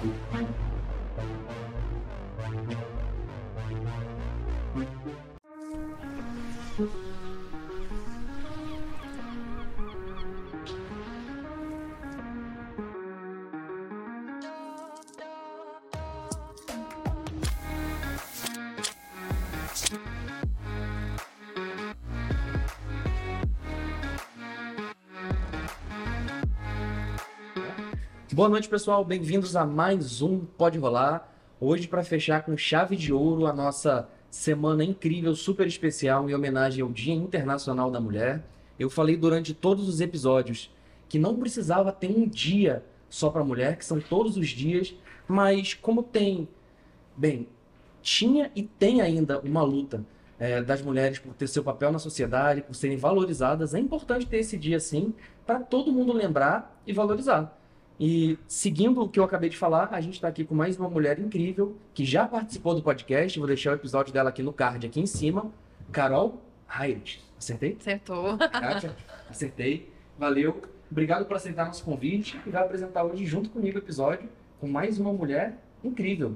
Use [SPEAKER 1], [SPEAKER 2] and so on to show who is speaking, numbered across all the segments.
[SPEAKER 1] Boa noite, pessoal. Bem-vindos a mais um Pode Rolar. Hoje, para fechar com chave de ouro a nossa semana incrível, super especial, em homenagem ao Dia Internacional da Mulher. Eu falei durante todos os episódios que não precisava ter um dia só para mulher, que são todos os dias, mas como tem, bem, tinha e tem ainda uma luta das mulheres por ter seu papel na sociedade, por serem valorizadas, é importante ter esse dia sim, para todo mundo lembrar e valorizar. E seguindo o que eu acabei de falar, a gente está aqui com mais uma mulher incrível que já participou do podcast. Vou deixar o episódio dela aqui no card, aqui em cima. Carol Hayres. Acertei?
[SPEAKER 2] Acertou.
[SPEAKER 1] Kátia, acertei. Valeu. Obrigado por aceitar nosso convite e vai apresentar hoje junto comigo o episódio com mais uma mulher incrível.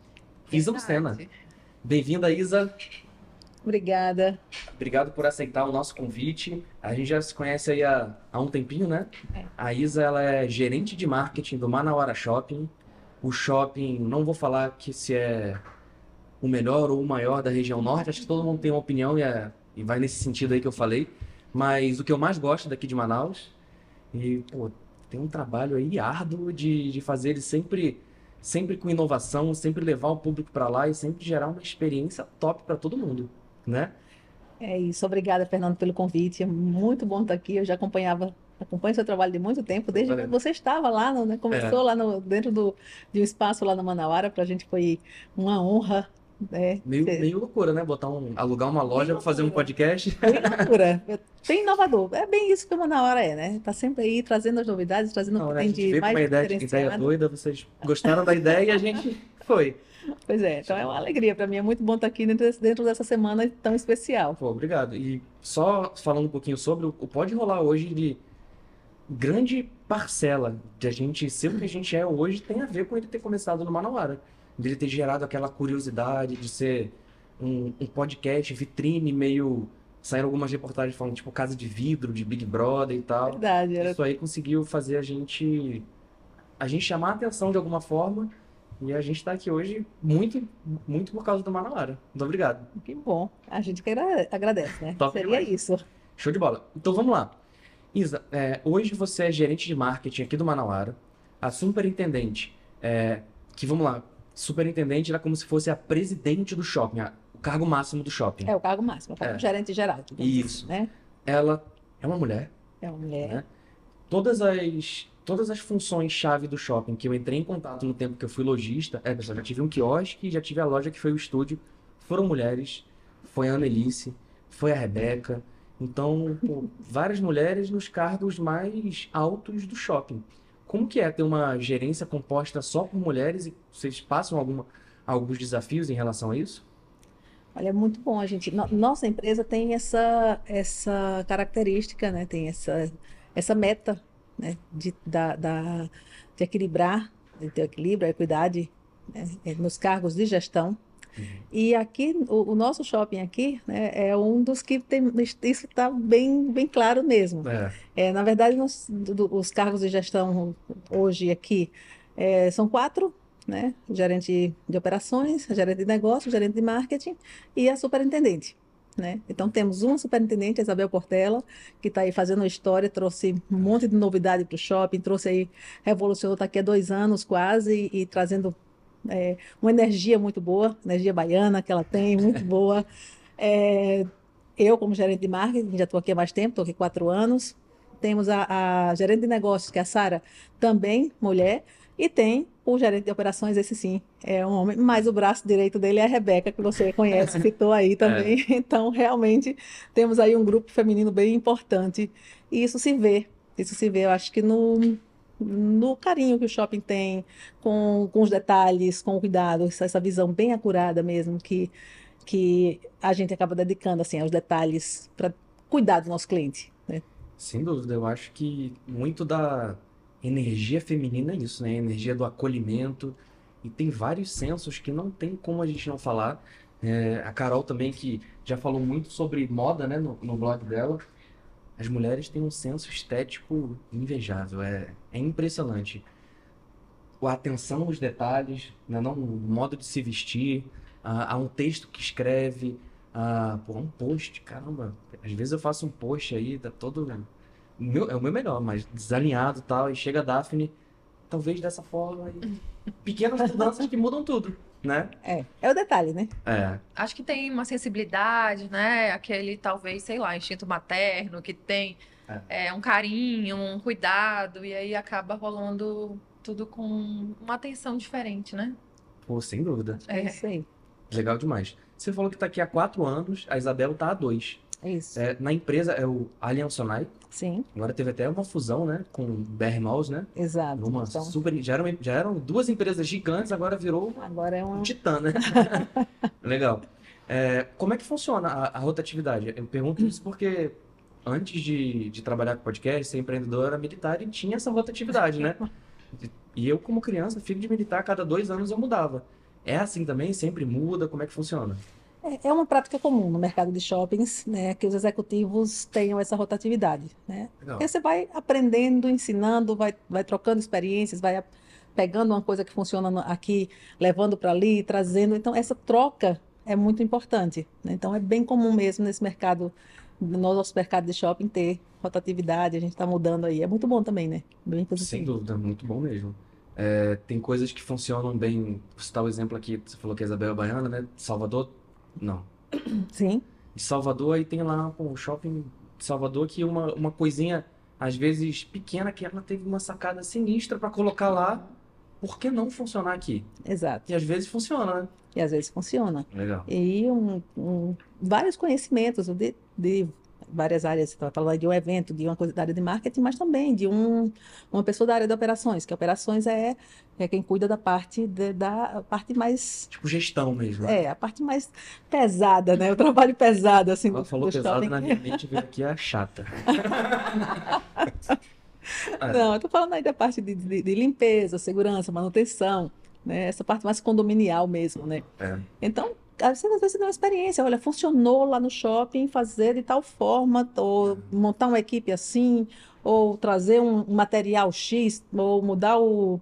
[SPEAKER 1] Isa Lucena. Bem-vinda, Isa.
[SPEAKER 3] Obrigada.
[SPEAKER 1] Obrigado por aceitar o nosso convite. A gente já se conhece aí há um tempinho, né?
[SPEAKER 3] É.
[SPEAKER 1] A Isa, ela é gerente de marketing do Manauara Shopping. O shopping, não vou falar que se é o melhor ou o maior da região norte, acho que todo mundo tem uma opinião e vai nesse sentido aí que eu falei. Mas o que eu mais gosto daqui de Manaus, e pô, tem um trabalho aí árduo de fazer ele sempre com inovação, sempre levar o público para lá e sempre gerar uma experiência top para todo mundo, né?
[SPEAKER 3] É isso. Obrigada, Fernando, pelo convite. É muito bom estar aqui. Eu já acompanho seu trabalho de muito tempo, desde que você estava lá, né? Começou lá dentro de um espaço lá no Manauara. Para a gente foi uma honra.
[SPEAKER 1] Meio loucura, né? Alugar uma loja para fazer um podcast.
[SPEAKER 3] Bem loucura, bem inovador. É bem isso que o Manauara é, né? Tá sempre aí trazendo as novidades, trazendo o que tem de mais
[SPEAKER 1] uma ideia doida, vocês gostaram da ideia e a gente foi.
[SPEAKER 3] Pois é, então é uma alegria para mim, é muito bom estar aqui dentro dessa semana tão especial.
[SPEAKER 1] Pô, obrigado. E só falando um pouquinho sobre o Pode Rolar hoje, de grande parcela de a gente ser o que a gente é hoje tem a ver com ele ter começado no Manauara. Dele ter gerado aquela curiosidade de ser um podcast vitrine, meio... Saíram algumas reportagens falando, tipo, Casa de Vidro, de Big Brother e tal.
[SPEAKER 3] Verdade.
[SPEAKER 1] Isso aí conseguiu fazer a gente chamar a atenção de alguma forma. E a gente está aqui hoje muito, muito por causa do Manauara. Muito obrigado.
[SPEAKER 3] Que bom. A gente que agradece, né?
[SPEAKER 1] Top
[SPEAKER 3] Seria
[SPEAKER 1] demais.
[SPEAKER 3] isso.
[SPEAKER 1] Show de bola. Então vamos lá. Isa, hoje você é gerente de marketing aqui do Manauara. A superintendente, vamos lá, superintendente era como se fosse a presidente do shopping, o cargo máximo do shopping.
[SPEAKER 3] É o cargo máximo, o gerente geral.
[SPEAKER 1] Isso.
[SPEAKER 3] Né?
[SPEAKER 1] Ela é uma mulher.
[SPEAKER 3] É uma mulher.
[SPEAKER 1] Né? Todas as funções-chave do shopping que eu entrei em contato no tempo que eu fui lojista, pessoal, já tive um quiosque e já tive a loja que foi o estúdio, foram mulheres, foi a Annelice, foi a Rebeca, então, pô, várias mulheres nos cargos mais altos do shopping. Como que é ter uma gerência composta só por mulheres e vocês passam alguns desafios em relação a isso?
[SPEAKER 3] Olha, é muito bom. Nossa empresa tem essa característica, né? Tem essa meta, né? De equilibrar, de ter equilíbrio, a equidade, né? Nos cargos de gestão. E aqui, o nosso shopping aqui, né, é um dos que tem, isso está bem, bem claro mesmo. Na verdade, os cargos de gestão hoje aqui são 4, né? O gerente de operações, o gerente de negócio, o gerente de marketing e a superintendente. Né? Então temos uma superintendente, a Isabel Portela, que está aí fazendo história, trouxe um monte de novidade para o shopping, revolucionou, está aqui há 2 anos quase e trazendo uma energia muito boa, energia baiana que ela tem, muito boa. Eu, como gerente de marketing, já estou aqui há mais tempo, estou aqui 4 anos. Temos a gerente de negócios, que é a Sara, também mulher, e tem o gerente de operações, esse sim, é um homem, mas o braço direito dele é a Rebeca, que você conhece, citou aí também. Então, realmente, temos aí um grupo feminino bem importante, e isso se vê, eu acho que no carinho que o shopping tem, com os detalhes, com o cuidado, essa visão bem acurada mesmo, que a gente acaba dedicando assim, aos detalhes para cuidar do nosso cliente. Né?
[SPEAKER 1] Sem dúvida, eu acho que muito energia feminina é isso, né? Energia do acolhimento. E tem vários sensos que não tem como a gente não falar. A Carol também, que já falou muito sobre moda, né, no blog dela. As mulheres têm um senso estético invejável. É impressionante. A atenção aos detalhes, né, não, o modo de se vestir, há um texto que escreve, um post, caramba. Às vezes eu faço um post aí, tá todo... é o meu melhor, mas desalinhado e tal, e chega a Daphne, talvez dessa forma, e pequenas mudanças que mudam tudo, né?
[SPEAKER 3] É o detalhe, né?
[SPEAKER 2] Acho que tem uma sensibilidade, né? Aquele, talvez, sei lá, instinto materno, que tem um carinho, um cuidado, e aí acaba rolando tudo com uma atenção diferente, né?
[SPEAKER 1] Pô, sem dúvida.
[SPEAKER 3] É isso aí.
[SPEAKER 1] Legal demais. Você falou que tá aqui há 4 anos, a Isabela tá há 2.
[SPEAKER 3] Isso.
[SPEAKER 1] Na empresa é o Allianz Sonai.
[SPEAKER 3] Sim.
[SPEAKER 1] Agora teve até uma fusão, né, com o BR Malls, né?
[SPEAKER 3] Exato.
[SPEAKER 1] Uma
[SPEAKER 3] Então,
[SPEAKER 1] super, já eram 2 empresas gigantes, agora virou
[SPEAKER 3] agora é
[SPEAKER 1] um titã, né? Legal. Como é que funciona a rotatividade? Eu pergunto isso porque antes de trabalhar com podcast, ser empreendedor era militar e tinha essa rotatividade, né? E eu, como criança, filho de militar, a cada 2 anos eu mudava. É assim também? Sempre muda? Como é que funciona?
[SPEAKER 3] É uma prática comum no mercado de shoppings, né, que os executivos tenham essa rotatividade, né?
[SPEAKER 1] Legal.
[SPEAKER 3] Porque você vai aprendendo, ensinando, vai trocando experiências, vai pegando uma coisa que funciona aqui, levando para ali, trazendo. Então, essa troca é muito importante, né? Então, é bem comum mesmo nesse mercado, no nosso mercado de shopping, ter rotatividade, a gente está mudando aí. É muito bom também, né? Bem positivo.
[SPEAKER 1] Sem dúvida, muito bom mesmo. Tem coisas que funcionam bem. Vou citar o exemplo aqui, você falou que a Isabel é baiana, né? Salvador? Não.
[SPEAKER 3] Sim.
[SPEAKER 1] De Salvador, aí tem lá um shopping de Salvador que uma coisinha, às vezes pequena, que ela teve uma sacada sinistra para colocar lá. Por que não funcionar aqui?
[SPEAKER 3] Exato.
[SPEAKER 1] E às vezes funciona, né?
[SPEAKER 3] E às vezes funciona.
[SPEAKER 1] Legal.
[SPEAKER 3] E vários conhecimentos de várias áreas. Você estava falando aí de um evento, de uma coisa da área de marketing, mas também de uma pessoa da área de operações, que operações é quem cuida da parte da parte mais.
[SPEAKER 1] Tipo gestão mesmo, né?
[SPEAKER 3] A parte mais pesada, né? O trabalho pesado, assim,
[SPEAKER 1] Ela falou
[SPEAKER 3] do
[SPEAKER 1] pesado
[SPEAKER 3] shopping.
[SPEAKER 1] na minha mente, veio aqui a chata.
[SPEAKER 3] Não, eu estou falando aí da parte de limpeza, segurança, manutenção, né? Essa parte mais condominial mesmo, né? Então, às vezes você dá uma experiência, olha, funcionou lá no shopping fazer de tal forma, ou montar uma equipe assim, ou trazer um material X, ou mudar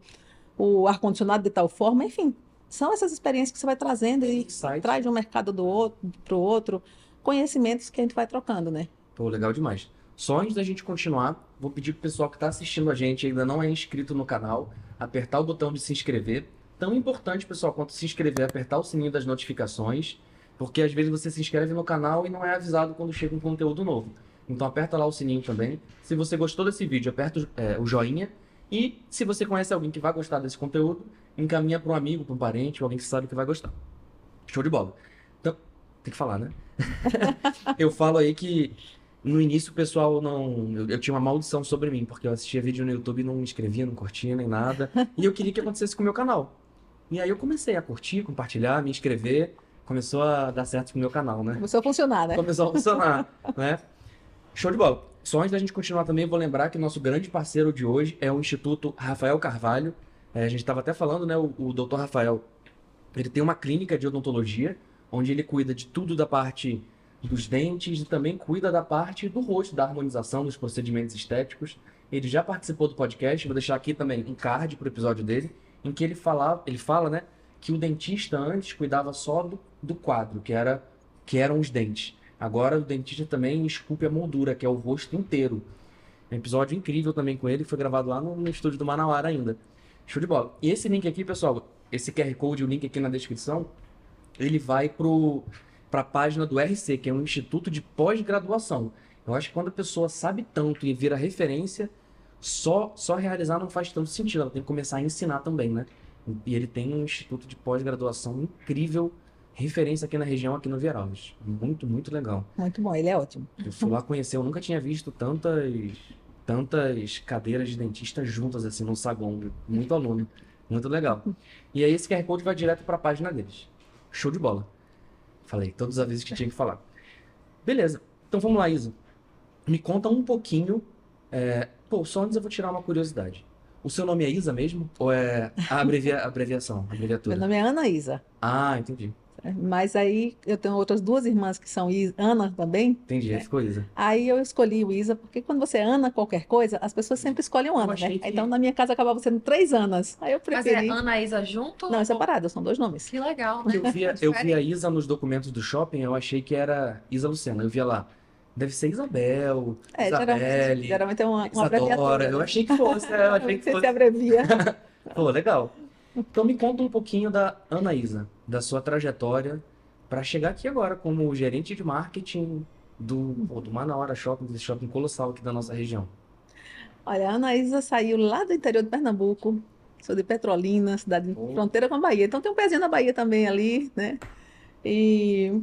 [SPEAKER 3] o ar-condicionado de tal forma, enfim. São essas experiências que você vai trazendo e traz de um mercado do outro para o outro, conhecimentos que a gente vai trocando, né?
[SPEAKER 1] Pô, legal demais. Só antes da gente continuar, vou pedir pro pessoal que está assistindo a gente e ainda não é inscrito no canal, apertar o botão de se inscrever. Tão importante, pessoal, quanto se inscrever, apertar o sininho das notificações, porque às vezes você se inscreve no canal e não é avisado quando chega um conteúdo novo. Então aperta lá o sininho também. Se você gostou desse vídeo, aperta o joinha. E se você conhece alguém que vai gostar desse conteúdo, encaminha para um amigo, para um parente, ou alguém que sabe que vai gostar. Show de bola. Então, tem que falar, né? Eu falo aí que no início o pessoal não... Eu tinha uma maldição sobre mim, porque eu assistia vídeo no YouTube e não me inscrevia, não curtia nem nada. E eu queria que acontecesse com o meu canal. E aí eu comecei a curtir, compartilhar, me inscrever. Começou a dar certo com o meu canal, né?
[SPEAKER 3] Começou a funcionar, né?
[SPEAKER 1] Começou a funcionar, né? Show de bola. Só antes da gente continuar também, vou lembrar que nosso grande parceiro de hoje é o Instituto Rafael Carvalho. A gente estava até falando, né? O Dr. Rafael, ele tem uma clínica de odontologia, onde ele cuida de tudo da parte dos dentes e também cuida da parte do rosto, da harmonização dos procedimentos estéticos. Ele já participou do podcast, vou deixar aqui também um card para o episódio dele, em que ele fala, né, que o dentista antes cuidava só do quadro, que eram os dentes. Agora o dentista também esculpe a moldura, que é o rosto inteiro. Um episódio incrível também com ele, foi gravado lá no estúdio do Manauara ainda. Show de bola. E esse link aqui, pessoal, esse QR Code, o link aqui na descrição, ele vai para a página do RC, que é um instituto de pós-graduação. Eu acho que quando a pessoa sabe tanto e vira referência, só realizar não faz tanto sentido, ela tem que começar a ensinar também, né? E ele tem um instituto de pós-graduação incrível, referência aqui na região, aqui no Vieralves. Muito, muito legal.
[SPEAKER 3] Muito bom, ele é ótimo.
[SPEAKER 1] Eu fui lá conhecer, eu nunca tinha visto tantas cadeiras de dentista juntas assim num saguão. Muito aluno, muito legal. E aí esse QR Code vai direto para a página deles. Show de bola. Falei todos os avisos que tinha que falar. Beleza, então vamos lá, Isa. Me conta um pouquinho. Só antes eu vou tirar uma curiosidade. O seu nome é Isa mesmo? Ou é a abreviação, a abreviatura?
[SPEAKER 3] Meu nome é Ana Isa.
[SPEAKER 1] Ah, entendi.
[SPEAKER 3] Mas aí eu tenho outras duas irmãs que são Ana também.
[SPEAKER 1] Entendi, aí ficou Isa.
[SPEAKER 3] Aí eu escolhi o Isa, porque quando você é Ana qualquer coisa, as pessoas sempre escolhem o Ana, né? Então na minha casa acabava sendo 3 Anas. Aí eu preferi.
[SPEAKER 2] Mas é Ana e Isa junto?
[SPEAKER 3] Não, é separado, são 2 nomes.
[SPEAKER 2] Que legal,
[SPEAKER 1] Porque
[SPEAKER 2] né?
[SPEAKER 1] eu via a Isa nos documentos do shopping, eu achei que era Isa Lucena. Eu via lá, deve ser Isabel, Isabelle,
[SPEAKER 3] geralmente é uma
[SPEAKER 1] Isadora.
[SPEAKER 3] abreviatura.
[SPEAKER 1] Eu achei que fosse, eu achei que
[SPEAKER 3] Você se
[SPEAKER 1] fosse.
[SPEAKER 3] abrevia.
[SPEAKER 1] Pô, legal. Então me conta um pouquinho da Ana Isa, da sua trajetória para chegar aqui agora como gerente de marketing do Manaus Shopping, desse shopping colossal aqui da nossa região.
[SPEAKER 3] Olha, a Ana Isa saiu lá do interior de Pernambuco, sou de Petrolina, cidade fronteira com a Bahia. Então tem um pezinho na Bahia também ali, né? E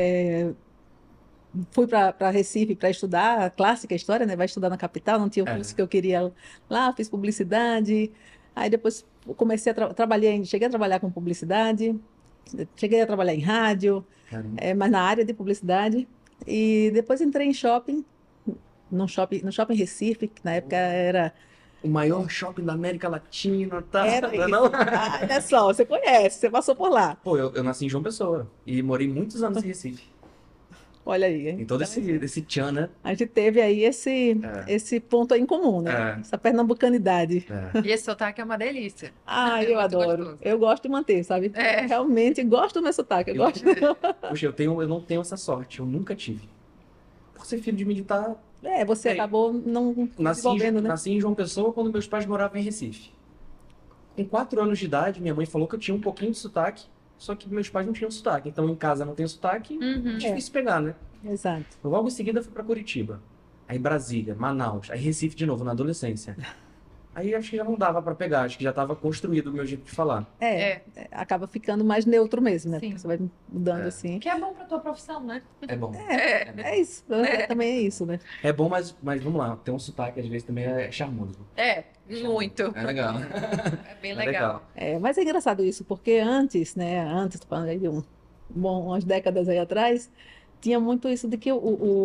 [SPEAKER 3] fui para Recife para estudar a clássica história, né? Vai estudar na capital, não tinha o curso que eu queria lá, fiz publicidade. Aí depois comecei cheguei a trabalhar com publicidade, cheguei a trabalhar em rádio, mas na área de publicidade. E depois entrei em shopping, no shopping Recife, que na época era
[SPEAKER 1] o maior shopping da América Latina, tá?
[SPEAKER 3] Era isso. Não? Olha só, você conhece, você passou por lá.
[SPEAKER 1] Pô, eu nasci em João Pessoa e morei muitos anos em Recife.
[SPEAKER 3] Olha aí, hein?
[SPEAKER 1] Em todo esse tchan, né?
[SPEAKER 3] A gente teve aí esse ponto aí em comum, né? Essa pernambucanidade.
[SPEAKER 2] E esse sotaque é uma delícia.
[SPEAKER 3] Ah, eu adoro. Gostoso. Eu gosto de manter, sabe? Realmente gosto do meu sotaque.
[SPEAKER 1] Poxa, eu não tenho essa sorte, eu nunca tive. Por ser filho de militar.
[SPEAKER 3] Você acabou não desenvolvendo, né?
[SPEAKER 1] Nasci em João Pessoa quando meus pais moravam em Recife. Com 4 anos de idade, minha mãe falou que eu tinha um pouquinho de sotaque, só que meus pais não tinham sotaque. Então, em casa não tem sotaque, é difícil pegar, né?
[SPEAKER 3] Exato.
[SPEAKER 1] Logo em seguida, fui para Curitiba. Aí Brasília, Manaus, aí Recife de novo, na adolescência. Aí acho que já não dava para pegar, acho que já estava construído o meu jeito de falar.
[SPEAKER 3] Acaba ficando mais neutro mesmo, né?
[SPEAKER 2] Sim.
[SPEAKER 3] Você vai mudando assim.
[SPEAKER 2] Que é bom para tua profissão, né?
[SPEAKER 1] É bom.
[SPEAKER 3] É isso. Também é isso, né?
[SPEAKER 1] É bom, mas vamos lá, ter um sotaque às vezes também é charmoso.
[SPEAKER 2] Muito.
[SPEAKER 1] É legal.
[SPEAKER 2] É bem legal.
[SPEAKER 3] Mas é engraçado isso, porque antes, né? Tô falando aí de umas décadas aí atrás, tinha muito isso de que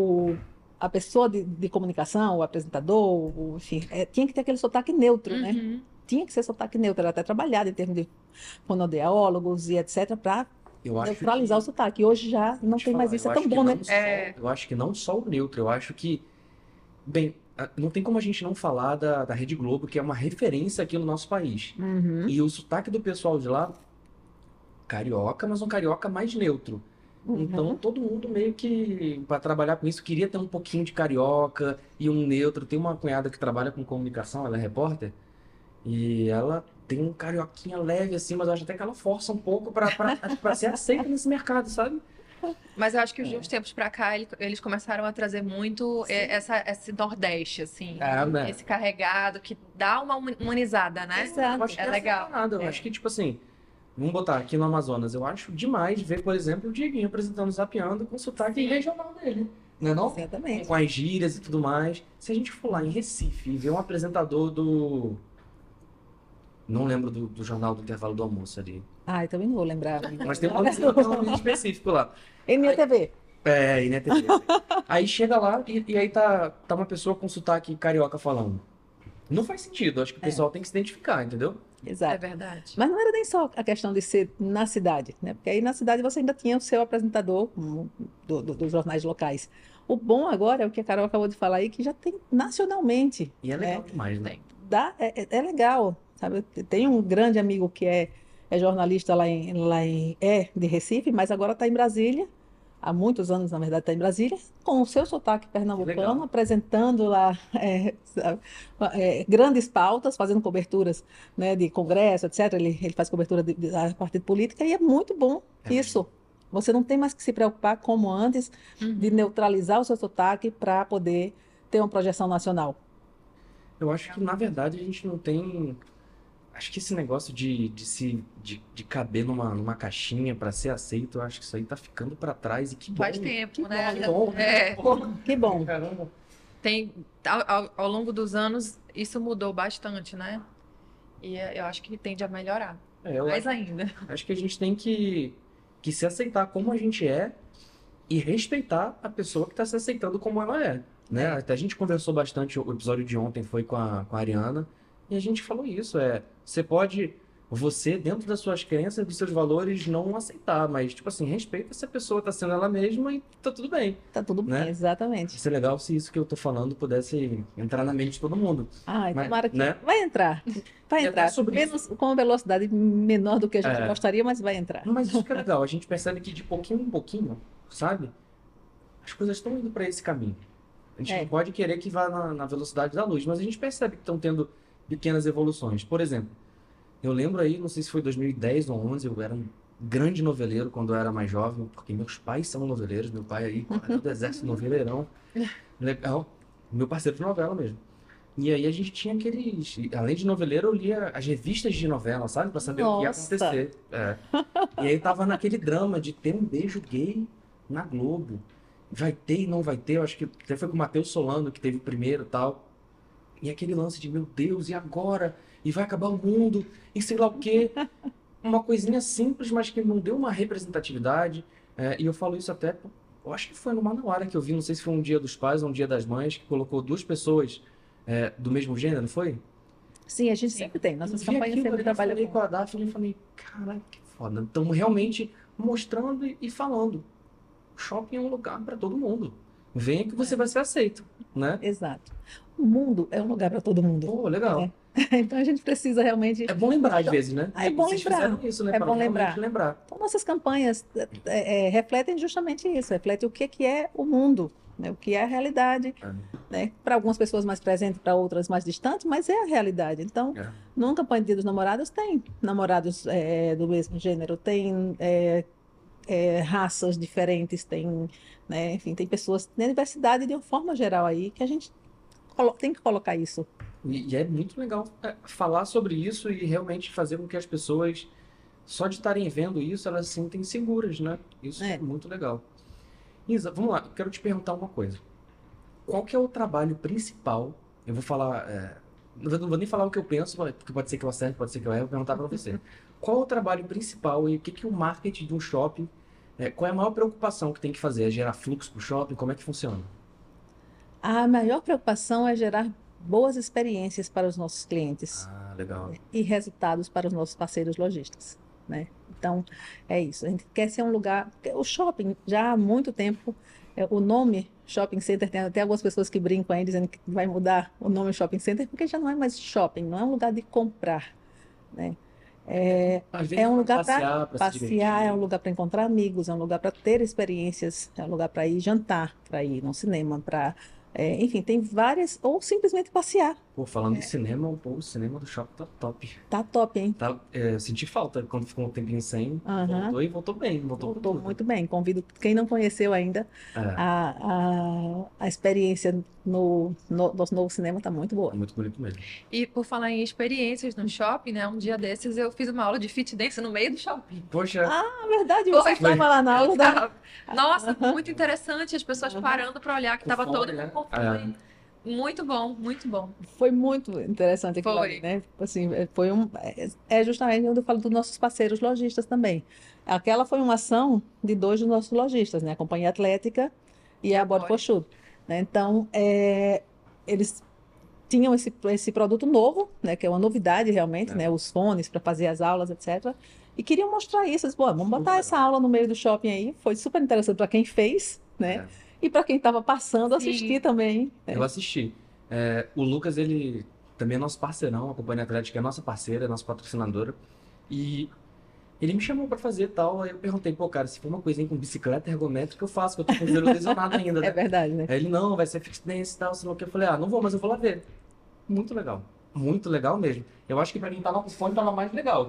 [SPEAKER 3] a pessoa de comunicação, o apresentador, enfim, tinha que ter aquele sotaque neutro, né? Tinha que ser sotaque neutro, era até trabalhado em termos de fonoaudiólogos e etc, para neutralizar o sotaque. E hoje já não tem mais isso, é tão bom, né?
[SPEAKER 1] Eu acho que não só o neutro, eu acho que, bem, não tem como a gente não falar da Rede Globo, que é uma referência aqui no nosso país. E o sotaque do pessoal de lá, carioca, mas um carioca mais neutro. Então, todo mundo meio que, para trabalhar com isso, queria ter um pouquinho de carioca e um neutro. Tem uma cunhada que trabalha com comunicação, ela é repórter, e ela tem um carioquinha leve assim, mas eu acho até que ela força um pouco para ser aceita nesse mercado, sabe?
[SPEAKER 2] Mas eu acho que de uns tempos para cá, eles começaram a trazer muito esse Nordeste, assim.
[SPEAKER 1] Né?
[SPEAKER 2] Esse carregado, que dá uma humanizada, né?
[SPEAKER 3] Exato.
[SPEAKER 1] Eu acho que é legal. Eu acho que, tipo assim, vamos botar aqui no Amazonas, eu acho demais ver, por exemplo, o Dieguinho apresentando o Zapeando com o sotaque regional dele. Não é não?
[SPEAKER 3] Exatamente.
[SPEAKER 1] Com as gírias e tudo mais. Se a gente for lá em Recife e ver um apresentador do... Não lembro do jornal do intervalo do almoço ali.
[SPEAKER 3] Eu também não vou lembrar.
[SPEAKER 1] Mas tem um nome específico lá.
[SPEAKER 3] NTV.
[SPEAKER 1] NTV. Aí chega lá e aí tá uma pessoa com sotaque carioca falando. Não faz sentido, acho que o pessoal tem que se identificar, entendeu?
[SPEAKER 3] Exato.
[SPEAKER 2] É verdade.
[SPEAKER 3] Mas não era nem só a questão de ser na cidade, né? Porque aí na cidade você ainda tinha o seu apresentador dos jornais locais. O bom agora é o que a Carol acabou de falar aí, que já tem nacionalmente.
[SPEAKER 1] E é legal demais, né?
[SPEAKER 3] É legal, sabe? Tem um grande amigo que é jornalista de Recife, mas agora está em Brasília. Há muitos anos, na verdade, está em Brasília, com o seu sotaque pernambucano, apresentando lá grandes pautas, fazendo coberturas, né, de congresso, etc. Ele faz cobertura da parte política e é muito bom isso. Você não tem mais que se preocupar, como antes, de neutralizar o seu sotaque para poder ter uma projeção nacional.
[SPEAKER 1] Eu acho que, na verdade, a gente não tem... Acho que esse negócio de caber numa caixinha para ser aceito, eu acho que isso aí tá ficando para trás e que bom.
[SPEAKER 2] Faz tempo, né?
[SPEAKER 3] Que bom.
[SPEAKER 1] Caramba.
[SPEAKER 2] Ao longo dos anos, isso mudou bastante, né? E eu acho que tende a melhorar. Mais ainda.
[SPEAKER 1] Acho que a gente tem que se aceitar como a gente é e respeitar a pessoa que está se aceitando como ela é. Né? Até a gente conversou bastante, o episódio de ontem foi com a Ariana, E a gente falou isso, você pode, você, dentro das suas crenças, dos seus valores, não aceitar, mas, tipo assim, respeita se a pessoa tá sendo ela mesma e tá tudo bem,
[SPEAKER 3] Tá tudo bem,
[SPEAKER 1] né?
[SPEAKER 3] exatamente.
[SPEAKER 1] Isso é legal se isso que eu tô falando pudesse entrar na mente de todo mundo.
[SPEAKER 3] Ai,
[SPEAKER 1] Mas,
[SPEAKER 3] tomara que
[SPEAKER 1] né?
[SPEAKER 3] vai entrar. Vai
[SPEAKER 1] E até
[SPEAKER 3] entrar.
[SPEAKER 1] sobre
[SPEAKER 3] Menos, com uma velocidade menor do que a gente
[SPEAKER 1] É,
[SPEAKER 3] gostaria, mas vai entrar.
[SPEAKER 1] mas isso que é legal, a gente percebe que de pouquinho em pouquinho, sabe? As coisas estão indo para esse caminho. A gente não
[SPEAKER 3] É.
[SPEAKER 1] pode querer que vá na velocidade da luz, mas a gente percebe que estão tendo pequenas evoluções. Por exemplo, eu lembro aí, não sei se foi 2010 ou 11, eu era um grande noveleiro quando eu era mais jovem, porque meus pais são noveleiros, meu pai aí, coronel do exército noveleirão, legal, meu parceiro de novela mesmo. E aí a gente tinha aqueles, além de noveleiro, eu lia as revistas de novela, sabe? Pra saber o que ia
[SPEAKER 3] Nossa.
[SPEAKER 1] acontecer. E aí tava naquele drama de ter um beijo gay na Globo. Vai ter e não vai ter, eu acho que até foi com o Matheus Solano que teve o primeiro e tal. E aquele lance de, meu Deus, e agora? E vai acabar o mundo, e sei lá o quê. Uma coisinha simples, mas que não deu uma representatividade. E eu falo isso até, eu acho que foi no Manauara que eu vi, não sei se foi um Dia dos Pais ou um Dia das Mães, que colocou duas pessoas do mesmo gênero, não foi?
[SPEAKER 3] Sim, a gente
[SPEAKER 2] Sim.
[SPEAKER 3] sempre tem.
[SPEAKER 1] Eu
[SPEAKER 3] Nossas
[SPEAKER 1] vi
[SPEAKER 3] campanhas
[SPEAKER 1] aquilo
[SPEAKER 3] sempre
[SPEAKER 1] ali, eu
[SPEAKER 3] trabalham
[SPEAKER 1] falei
[SPEAKER 3] com.
[SPEAKER 1] com a Daphne e falei, caraca, que foda. Estamos realmente mostrando e falando. O shopping é um lugar para todo mundo. Venha que você vai ser aceito, né?
[SPEAKER 3] Exato. O mundo é um lugar para todo mundo.
[SPEAKER 1] Pô, legal.
[SPEAKER 3] Então a gente precisa realmente.
[SPEAKER 1] É bom lembrar às vezes, né?
[SPEAKER 3] É
[SPEAKER 1] E
[SPEAKER 3] bom
[SPEAKER 1] vocês
[SPEAKER 3] lembrar.
[SPEAKER 1] fizeram isso, né?
[SPEAKER 3] É
[SPEAKER 1] Para
[SPEAKER 3] bom
[SPEAKER 1] realmente
[SPEAKER 3] lembrar.
[SPEAKER 1] lembrar.
[SPEAKER 3] Então, nossas campanhas refletem justamente isso, refletem o que é o mundo, né? O que é a realidade, né? Para algumas pessoas mais presentes, para outras mais distantes, mas é a realidade. Então,
[SPEAKER 1] É.
[SPEAKER 3] numa campanha de Dia dos Namorados tem namorados do mesmo gênero, tem raças diferentes, tem, né? Enfim, tem pessoas na diversidade de uma forma geral aí que a gente tem que colocar isso.
[SPEAKER 1] E é muito legal falar sobre isso e realmente fazer com que as pessoas, só de estarem vendo isso, elas se sentem seguras, né? Isso é
[SPEAKER 3] É.
[SPEAKER 1] muito legal. Isa, vamos lá, eu quero te perguntar uma coisa. Qual que é o trabalho principal? Eu vou falar, não vou nem falar o que eu penso, porque pode ser que eu acerte, pode ser que eu erre, eu vou perguntar para você. Qual é o trabalho principal e o que que o marketing de um shopping, qual é a maior preocupação que tem que fazer? É gerar fluxo para o shopping? Como é que funciona?
[SPEAKER 3] A maior preocupação é gerar boas experiências para os nossos clientes
[SPEAKER 1] Ah, legal.
[SPEAKER 3] e resultados para os nossos parceiros lojistas, né? Então, é isso. A gente quer ser um lugar. O shopping, já há muito tempo, o nome shopping center, tem até algumas pessoas que brincam aí dizendo que vai mudar o nome shopping center, porque já não é mais shopping, não é um lugar de comprar, né?
[SPEAKER 1] Às vezes
[SPEAKER 3] É um
[SPEAKER 1] para
[SPEAKER 3] lugar para
[SPEAKER 1] passear, para se
[SPEAKER 3] passear, é um
[SPEAKER 1] divertir.
[SPEAKER 3] lugar para encontrar amigos, é um lugar para ter experiências, é um lugar para ir jantar, para ir no cinema, enfim, tem várias, ou simplesmente passear.
[SPEAKER 1] Pô, falando de cinema, pô, o cinema do shopping tá top.
[SPEAKER 3] Tá top, hein?
[SPEAKER 1] Eu senti falta quando ficou um tempinho sem,
[SPEAKER 3] Aham.
[SPEAKER 1] voltou e voltou bem, voltou com
[SPEAKER 3] Voltou
[SPEAKER 1] tudo.
[SPEAKER 3] muito bem. Convido quem não conheceu ainda,
[SPEAKER 1] É,
[SPEAKER 3] a experiência no nosso novo cinema está muito boa.
[SPEAKER 1] é muito bonito mesmo.
[SPEAKER 2] E por falar em experiências no shopping, né? Um dia desses eu fiz uma aula de fit dance no meio do shopping.
[SPEAKER 1] Poxa,
[SPEAKER 3] Na verdade,
[SPEAKER 2] Foi.
[SPEAKER 3] você estava lá na aula da.
[SPEAKER 2] Nossa, muito interessante, as pessoas parando para olhar que
[SPEAKER 1] Com
[SPEAKER 2] estava
[SPEAKER 1] fome,
[SPEAKER 2] todo
[SPEAKER 1] né?
[SPEAKER 2] com fome. Muito bom, muito bom.
[SPEAKER 3] Foi muito interessante aquilo
[SPEAKER 2] Foi.
[SPEAKER 3] ali, né? Assim, justamente onde eu falo dos nossos parceiros lojistas também. Aquela foi uma ação de dois dos nossos lojistas, né? A Companhia Atlética e a Body for Shoot, né? Então, eles tinham esse produto novo, né? Que é uma novidade realmente, né? Os fones para fazer as aulas, etc. E queriam mostrar isso. Eles, vamos botar essa aula no meio do shopping aí. Foi super interessante para quem fez, né? E para quem estava passando, assistir também.
[SPEAKER 1] Eu assisti. O Lucas, ele também é nosso parceirão, a Companhia Atlética é nossa parceira, é nossa patrocinadora. E ele me chamou pra fazer tal, aí eu perguntei, pô, cara, se for uma coisinha com bicicleta ergométrica, eu faço, que eu tô com o joelho lesionado ainda, né?
[SPEAKER 3] É verdade, né?
[SPEAKER 1] Aí ele, não, vai ser fit dance e tal, sei lá o que. Eu falei, não vou, mas eu vou lá ver. Muito legal mesmo. Eu acho que pra quem tava com fone tava mais legal.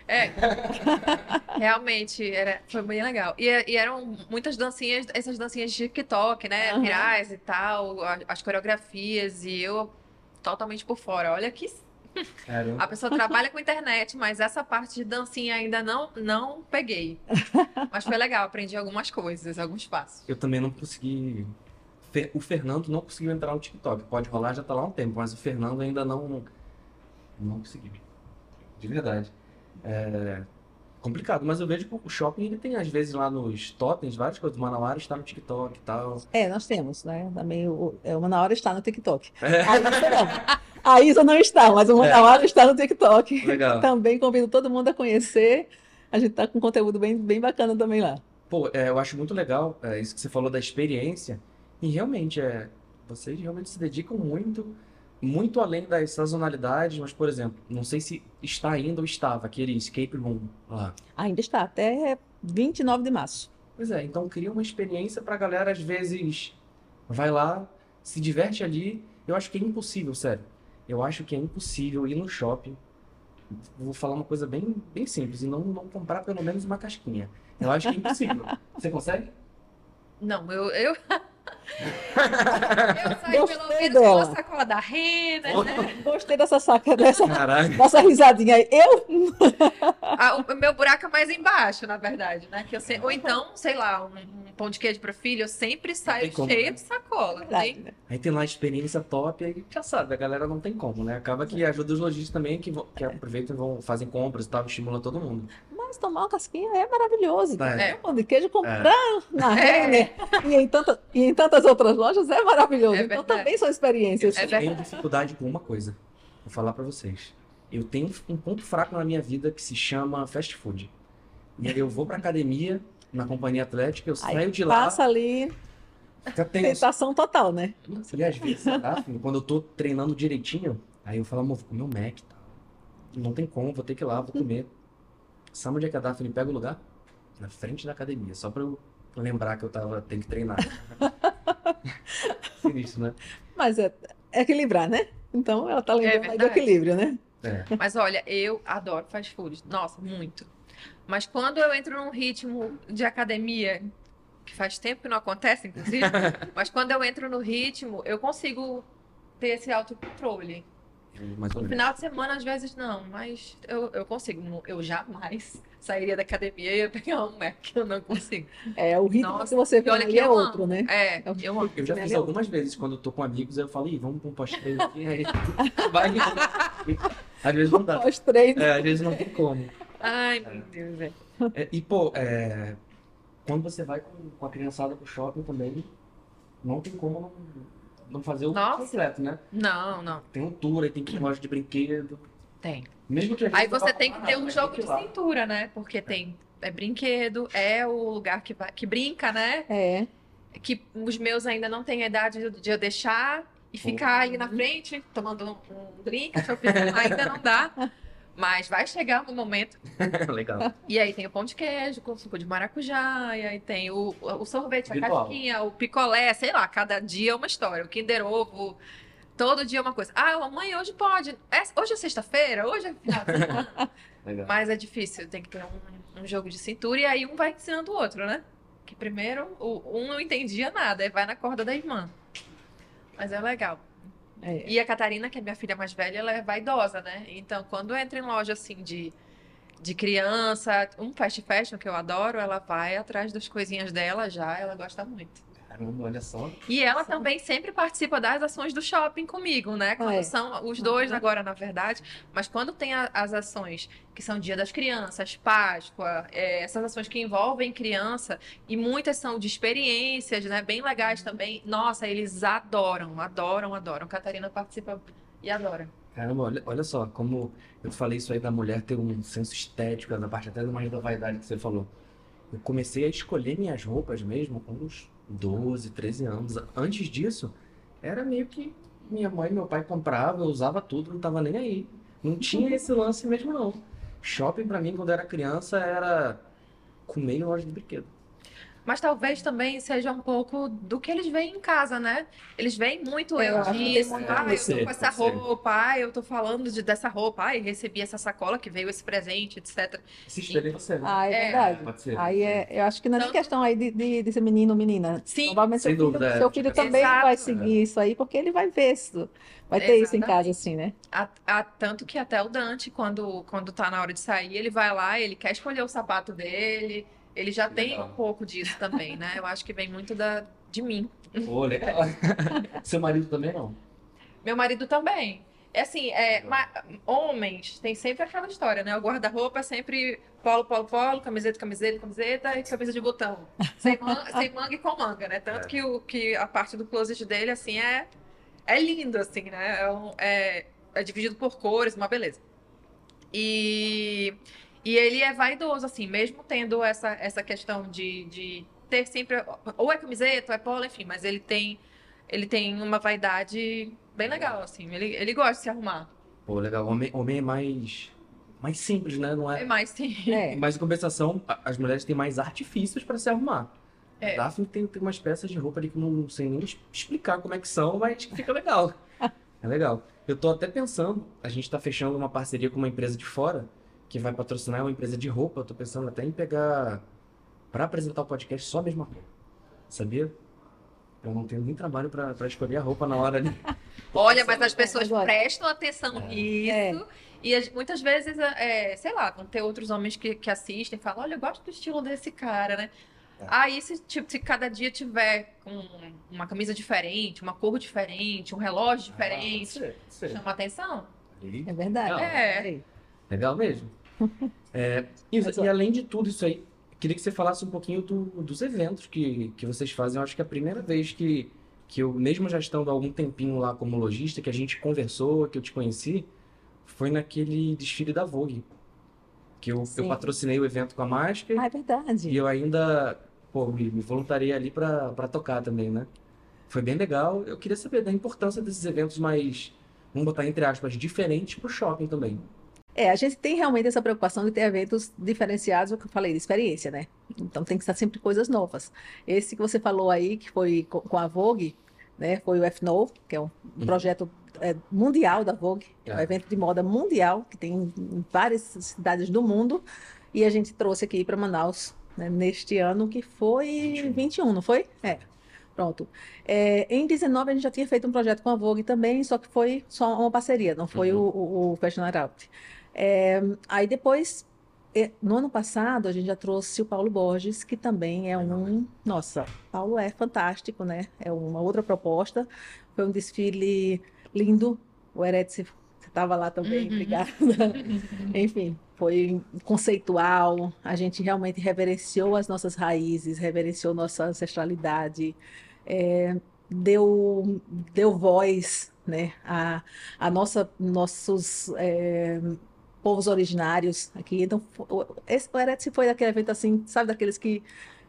[SPEAKER 2] Realmente, foi bem legal. E eram muitas dancinhas, essas dancinhas de TikTok, né?
[SPEAKER 3] Aham.
[SPEAKER 2] Virais e tal, as coreografias, e eu totalmente por fora. Olha que a pessoa trabalha com internet, mas essa parte de dancinha ainda não peguei. Mas foi legal, aprendi algumas coisas, alguns passos.
[SPEAKER 1] Eu também não consegui. O Fernando não conseguiu entrar no TikTok. Pode rolar, já tá lá há um tempo, mas o Fernando ainda não conseguiu. De verdade. complicado, mas eu vejo que o shopping ele tem às vezes lá nos totens várias coisas. O Manauara está no TikTok e tal.
[SPEAKER 3] Nós temos, né? Também o Manauara está no TikTok.
[SPEAKER 1] É.
[SPEAKER 3] A Isa não está, mas o Manauara está no TikTok.
[SPEAKER 1] Legal.
[SPEAKER 3] Também convido todo mundo a conhecer. A gente está com conteúdo bem bacana também lá.
[SPEAKER 1] Pô, eu acho muito legal isso que você falou da experiência. E realmente, vocês realmente se dedicam muito além das sazonalidades. Mas, por exemplo, não sei se está ainda ou estava aquele escape room lá.
[SPEAKER 3] Ainda está, até 29 de março.
[SPEAKER 1] Pois é, então cria uma experiência pra galera, às vezes, vai lá, se diverte ali. Eu acho que é impossível, sério. Eu acho que é impossível ir no shopping. Vou falar uma coisa bem simples, e não comprar pelo menos uma casquinha. Eu acho que é impossível. Você consegue?
[SPEAKER 2] Não, eu saí
[SPEAKER 3] Gostei
[SPEAKER 2] pelo menos com
[SPEAKER 3] dela.
[SPEAKER 2] a sacola da Renner, né?
[SPEAKER 3] Gostei dessa
[SPEAKER 1] Caralho.
[SPEAKER 3] dessa risadinha aí.
[SPEAKER 2] O meu buraco é mais embaixo, na verdade, né? Ou então, sei lá, um pão de queijo para filho, eu sempre saio
[SPEAKER 1] tem como,
[SPEAKER 2] cheia
[SPEAKER 1] né?
[SPEAKER 2] de sacola.
[SPEAKER 3] Verdade, né?
[SPEAKER 1] Aí tem lá a experiência top, aí já sabe, a galera não tem como, né? Acaba que ajuda os lojistas também, que aproveitam e fazem compras e tal, estimula todo mundo.
[SPEAKER 3] Mas tomar uma casquinha é maravilhoso.
[SPEAKER 1] É.
[SPEAKER 3] Pão de queijo comprar na Renner e em tantas outras lojas é maravilhoso.
[SPEAKER 2] É
[SPEAKER 3] Então
[SPEAKER 2] verdade.
[SPEAKER 3] também são experiências.
[SPEAKER 2] É
[SPEAKER 1] Eu tenho dificuldade com uma coisa, vou falar pra vocês. Eu tenho um ponto fraco na minha vida que se chama fast food. E aí eu vou pra academia, na companhia atlética, eu
[SPEAKER 3] Aí
[SPEAKER 1] saio de lá,
[SPEAKER 3] passa ali,
[SPEAKER 1] já tenho...
[SPEAKER 3] tentação total, né?
[SPEAKER 1] Nossa, e às vezes, Daphne, quando eu tô treinando direitinho, aí eu falo, amor, vou comer um Mac e tal. Não tem como, vou ter que ir lá, vou comer. Sabe onde é que a Daphne pega o lugar? Na frente da academia, só pra eu lembrar que tenho que treinar. Sinistro, né?
[SPEAKER 3] Mas é equilibrar, né? Então ela tá lembrando aí do
[SPEAKER 2] verdade.
[SPEAKER 3] equilíbrio, né?
[SPEAKER 1] É.
[SPEAKER 2] Mas olha, eu adoro fast food. Nossa, muito. Mas quando eu entro num ritmo de academia, que faz tempo que não acontece, inclusive, mas quando eu entro no ritmo, eu consigo ter esse autocontrole.
[SPEAKER 1] Mais ou
[SPEAKER 2] No
[SPEAKER 1] menos.
[SPEAKER 2] final de semana, às vezes, não, mas eu consigo. Eu jamais sairia da academia e ia pegar um Mac. Eu não consigo.
[SPEAKER 3] O ritmo
[SPEAKER 2] Nossa,
[SPEAKER 3] que você
[SPEAKER 2] e olha
[SPEAKER 3] vê
[SPEAKER 2] que
[SPEAKER 3] é
[SPEAKER 2] eu
[SPEAKER 3] outro,
[SPEAKER 2] amo.
[SPEAKER 3] né?
[SPEAKER 2] Eu amo.
[SPEAKER 1] Eu já fiz algumas vezes, quando eu tô com amigos, aí eu falo, ih, vamos pra um pós-treino aqui, aí vai. Às vezes não dá.
[SPEAKER 3] Pós-treino.
[SPEAKER 1] Às vezes não tem como.
[SPEAKER 2] Ai, meu Deus, velho.
[SPEAKER 1] Quando você vai com a criançada pro shopping também, não tem como não fazer o
[SPEAKER 2] Nossa.
[SPEAKER 1] completo, né?
[SPEAKER 2] Não.
[SPEAKER 1] Tem um tour, aí tem que ir em loja de brinquedo.
[SPEAKER 2] Tem.
[SPEAKER 1] Mesmo que às
[SPEAKER 2] Aí
[SPEAKER 1] vezes
[SPEAKER 2] você
[SPEAKER 1] não
[SPEAKER 2] tem
[SPEAKER 1] vá
[SPEAKER 2] que ter
[SPEAKER 1] nada,
[SPEAKER 2] um
[SPEAKER 1] mas
[SPEAKER 2] jogo
[SPEAKER 1] tem
[SPEAKER 2] de
[SPEAKER 1] que ir lá.
[SPEAKER 2] cintura, né? Porque tem brinquedo, é o lugar que brinca, né?
[SPEAKER 3] É.
[SPEAKER 2] Que os meus ainda não têm a idade de eu deixar e ficar ali na frente tomando um drink, ainda não dá. Mas vai chegar um momento.
[SPEAKER 1] Legal.
[SPEAKER 2] E aí tem o pão de queijo com suco de maracujá, e aí tem o sorvete, a
[SPEAKER 1] Virtual.
[SPEAKER 2] casquinha, o picolé, sei lá, cada dia é uma história. O Kinder Ovo, todo dia é uma coisa. Ah, mamãe, hoje pode. Hoje é sexta-feira? Hoje é final de semana.
[SPEAKER 1] Legal.
[SPEAKER 2] Mas é difícil, tem que ter um jogo de cintura e aí um vai ensinando o outro, né? Que primeiro um não entendia nada, aí vai na corda da irmã. Mas é legal.
[SPEAKER 3] É.
[SPEAKER 2] E a Catarina, que é minha filha mais velha, ela é vaidosa, né? Então, quando entra em loja assim de criança, um fast fashion que eu adoro, ela vai atrás das coisinhas dela já, ela gosta muito.
[SPEAKER 1] Caramba, olha só.
[SPEAKER 2] E ela também sempre participa das ações do shopping comigo, né? Quando são os dois agora, na verdade. Mas quando tem as ações que são Dia das Crianças, Páscoa, essas ações que envolvem criança, e muitas são de experiências, né? Bem legais também. Nossa, eles adoram. Catarina participa e adora.
[SPEAKER 1] Caramba, olha só, como eu falei isso aí da mulher ter um senso estético, da parte até mais da vaidade que você falou. Eu comecei a escolher minhas roupas mesmo com uns 12, 13 anos. Antes disso, era meio que minha mãe e meu pai compravam, eu usava tudo, não tava nem aí. Não tinha esse lance mesmo, não. Shopping pra mim, quando eu era criança, era comer em loja de brinquedo.
[SPEAKER 2] Mas talvez também seja um pouco do que eles veem em casa, né? Eles veem muito
[SPEAKER 3] Eu
[SPEAKER 2] eu
[SPEAKER 3] acho que tem
[SPEAKER 2] disso.
[SPEAKER 3] muito
[SPEAKER 2] Ah, eu
[SPEAKER 3] isso.
[SPEAKER 2] tô com essa
[SPEAKER 1] Pode ser.
[SPEAKER 2] roupa. Eu tô falando dessa roupa. Ai, recebi essa sacola que veio esse presente, etc.
[SPEAKER 1] Se espelha em você, né?
[SPEAKER 3] É verdade.
[SPEAKER 1] Pode ser.
[SPEAKER 3] Aí eu acho que não é nem
[SPEAKER 2] Tanto-
[SPEAKER 3] questão aí de ser menino ou menina.
[SPEAKER 2] Sim.
[SPEAKER 3] Provavelmente
[SPEAKER 1] Sem dúvida,
[SPEAKER 3] seu filho
[SPEAKER 1] tipo,
[SPEAKER 3] também
[SPEAKER 2] exato.
[SPEAKER 3] vai seguir isso aí, porque ele vai ver isso. Vai ter isso em casa,
[SPEAKER 2] Exatamente.
[SPEAKER 3] assim, né?
[SPEAKER 2] Tanto que até o Dante, quando tá na hora de sair, ele vai lá, ele quer escolher o sapato dele. Ele já tem
[SPEAKER 1] Legal.
[SPEAKER 2] um pouco disso também, né? Eu acho que vem muito de mim.
[SPEAKER 1] Pô, legal. Seu marido também não?
[SPEAKER 2] Meu marido também. assim, homens tem sempre aquela história, né? O guarda-roupa é sempre polo, polo, polo, camiseta, camiseta, camiseta e camisa de botão. Sem manga e com manga, né? Tanto que a parte do closet dele, assim, é lindo, assim, né? É dividido por cores, uma beleza. E ele é vaidoso, assim, mesmo tendo essa questão de ter sempre, ou é camiseta, ou é polo, enfim, mas ele tem uma vaidade bem legal, assim, ele gosta de se arrumar.
[SPEAKER 1] Pô, legal. Homem é mais simples, né? Não
[SPEAKER 2] É
[SPEAKER 1] é?
[SPEAKER 2] mais, sim.
[SPEAKER 1] Mas em compensação, as mulheres têm mais artifícios para se arrumar.
[SPEAKER 2] É.
[SPEAKER 1] A Daphne tem umas peças de roupa ali que não sei nem explicar como é que são, mas que fica legal. É legal. Eu tô até pensando, a gente tá fechando uma parceria com uma empresa de fora que vai patrocinar uma empresa de roupa. Eu tô pensando até em pegar para apresentar o podcast só a mesma roupa. Sabia? Eu não tenho nem trabalho para escolher a roupa na hora ali.
[SPEAKER 2] Olha, mas as pessoas
[SPEAKER 3] Agora.
[SPEAKER 2] prestam atenção nisso. E muitas vezes, sei lá, vão ter outros homens que assistem e falam, olha, eu gosto do estilo desse cara, né? Aí, se cada dia tiver com uma camisa diferente, uma cor diferente, um relógio diferente, chama atenção.
[SPEAKER 3] É verdade.
[SPEAKER 1] Legal mesmo. E além de tudo isso aí, queria que você falasse um pouquinho dos eventos que vocês fazem. Eu acho que é a primeira vez que eu, mesmo já estando há algum tempinho lá como lojista, que a gente conversou, que eu te conheci, foi naquele desfile da Vogue. Que eu patrocinei o evento com a Masker.
[SPEAKER 3] É verdade.
[SPEAKER 1] E eu ainda, me voluntariei ali para tocar também, né? Foi bem legal. Eu queria saber da importância desses eventos mais, vamos botar entre aspas, diferentes pro shopping também.
[SPEAKER 3] A gente tem realmente essa preocupação de ter eventos diferenciados, o que eu falei, de experiência, né? Então tem que estar sempre coisas novas. Esse que você falou aí, que foi com a Vogue, né? Foi o FNO, que é um projeto mundial da Vogue, é um evento de moda mundial, que tem em várias cidades do mundo, e a gente trouxe aqui para Manaus, né, neste ano, que foi 21, não foi? Pronto. Em 19 a gente já tinha feito um projeto com a Vogue também, só que foi só uma parceria, não foi o Fashion Out. Aí depois, no ano passado, a gente já trouxe o Paulo Borges, que também é Nossa, Paulo é fantástico, né? É uma outra proposta. Foi um desfile lindo. O Eretz estava lá também, obrigada. Enfim, foi conceitual. A gente realmente reverenciou as nossas raízes, reverenciou nossa ancestralidade, deu voz, né, a nossos povos originários aqui. Então, o Eretz foi daquele evento assim, sabe, daqueles que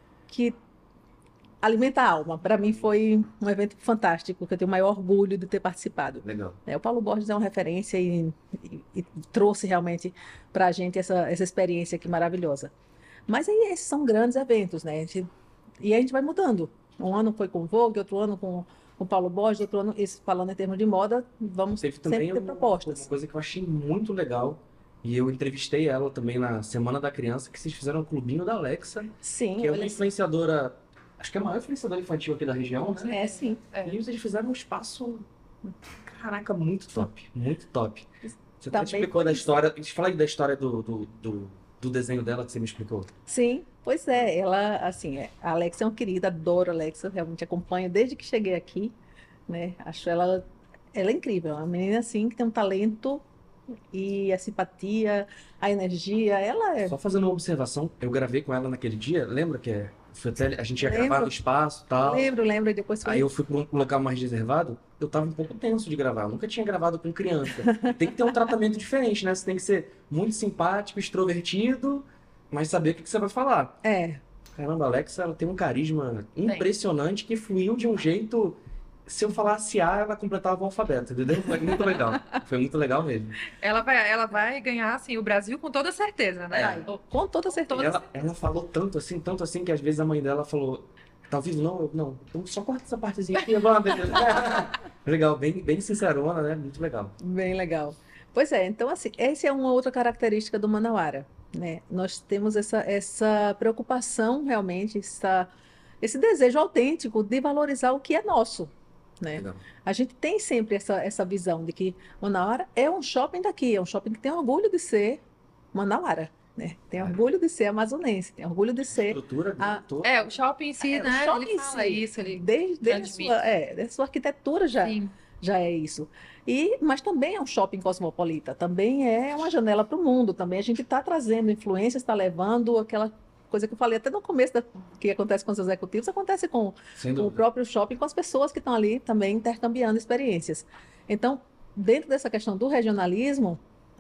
[SPEAKER 3] alimenta a alma. Para mim foi um evento fantástico, que eu tenho o maior orgulho de ter participado.
[SPEAKER 1] Legal.
[SPEAKER 3] O Paulo Borges é uma referência e trouxe realmente para a gente essa experiência aqui maravilhosa. Mas aí esses são grandes eventos, né? E a gente vai mudando. Um ano foi com o Vogue, outro ano com o Paulo Borges, outro ano, falando em termos de moda, vamos sempre ter propostas.
[SPEAKER 1] Uma coisa que eu achei muito legal, e eu entrevistei ela também na Semana da Criança, que vocês fizeram o Clubinho da Alexa.
[SPEAKER 3] Sim.
[SPEAKER 1] Que é uma influenciadora, acho que é a maior influenciadora infantil aqui da região, né?
[SPEAKER 3] Sim.
[SPEAKER 1] E vocês fizeram um espaço, caraca, muito top, muito top. Você até explicou da história, fala aí da história do desenho dela que você me explicou.
[SPEAKER 3] Sim, pois é, ela, assim, a Alexa é uma querida, adoro a Alexa, realmente acompanho desde que cheguei aqui, né, acho ela é incrível, é uma menina, assim, que tem um talento e a simpatia, a energia, ela é...
[SPEAKER 1] Só fazendo uma observação, eu gravei com ela naquele dia, lembra que a gente ia gravar no espaço e tal.
[SPEAKER 3] Lembro, e depois foi...
[SPEAKER 1] Aí eu fui para um local mais reservado, eu tava um pouco tenso de gravar, eu nunca tinha gravado com criança. Tem que ter um tratamento diferente, né? Você tem que ser muito simpático, extrovertido, mas saber o que você vai falar. Caramba, a Alexa, ela tem um carisma impressionante que fluiu de um jeito... Se eu falasse A, ela completava o alfabeto, entendeu? Foi muito legal. Foi muito legal mesmo.
[SPEAKER 2] Ela vai ganhar, assim, o Brasil com toda certeza, né?
[SPEAKER 3] Com toda certeza.
[SPEAKER 1] Ela falou tanto assim, que às vezes a mãe dela falou, tá ouvindo? Não, então só corta essa partezinha aqui. Legal, bem sincerona, né? Muito legal.
[SPEAKER 3] Bem legal. Pois é, então assim, essa é uma outra característica do Manauara, né? Nós temos essa preocupação realmente, esse desejo autêntico de valorizar o que é nosso. Né? A gente tem sempre essa visão de que Manauara é um shopping daqui, é um shopping que tem orgulho de ser Manauara, né? Tem orgulho de ser amazonense, tem orgulho de ser...
[SPEAKER 1] Estrutura
[SPEAKER 2] o shopping em si, né? Ele fala isso, ele
[SPEAKER 3] desde a sua arquitetura já.
[SPEAKER 2] Sim.
[SPEAKER 3] já é isso. Mas também é um shopping cosmopolita, também é uma janela para o mundo, também a gente está trazendo influências, está levando aquela coisa que eu falei até no começo, que acontece com os executivos, acontece com o próprio shopping, com as pessoas que estão ali também intercambiando experiências. Então, dentro dessa questão do regionalismo,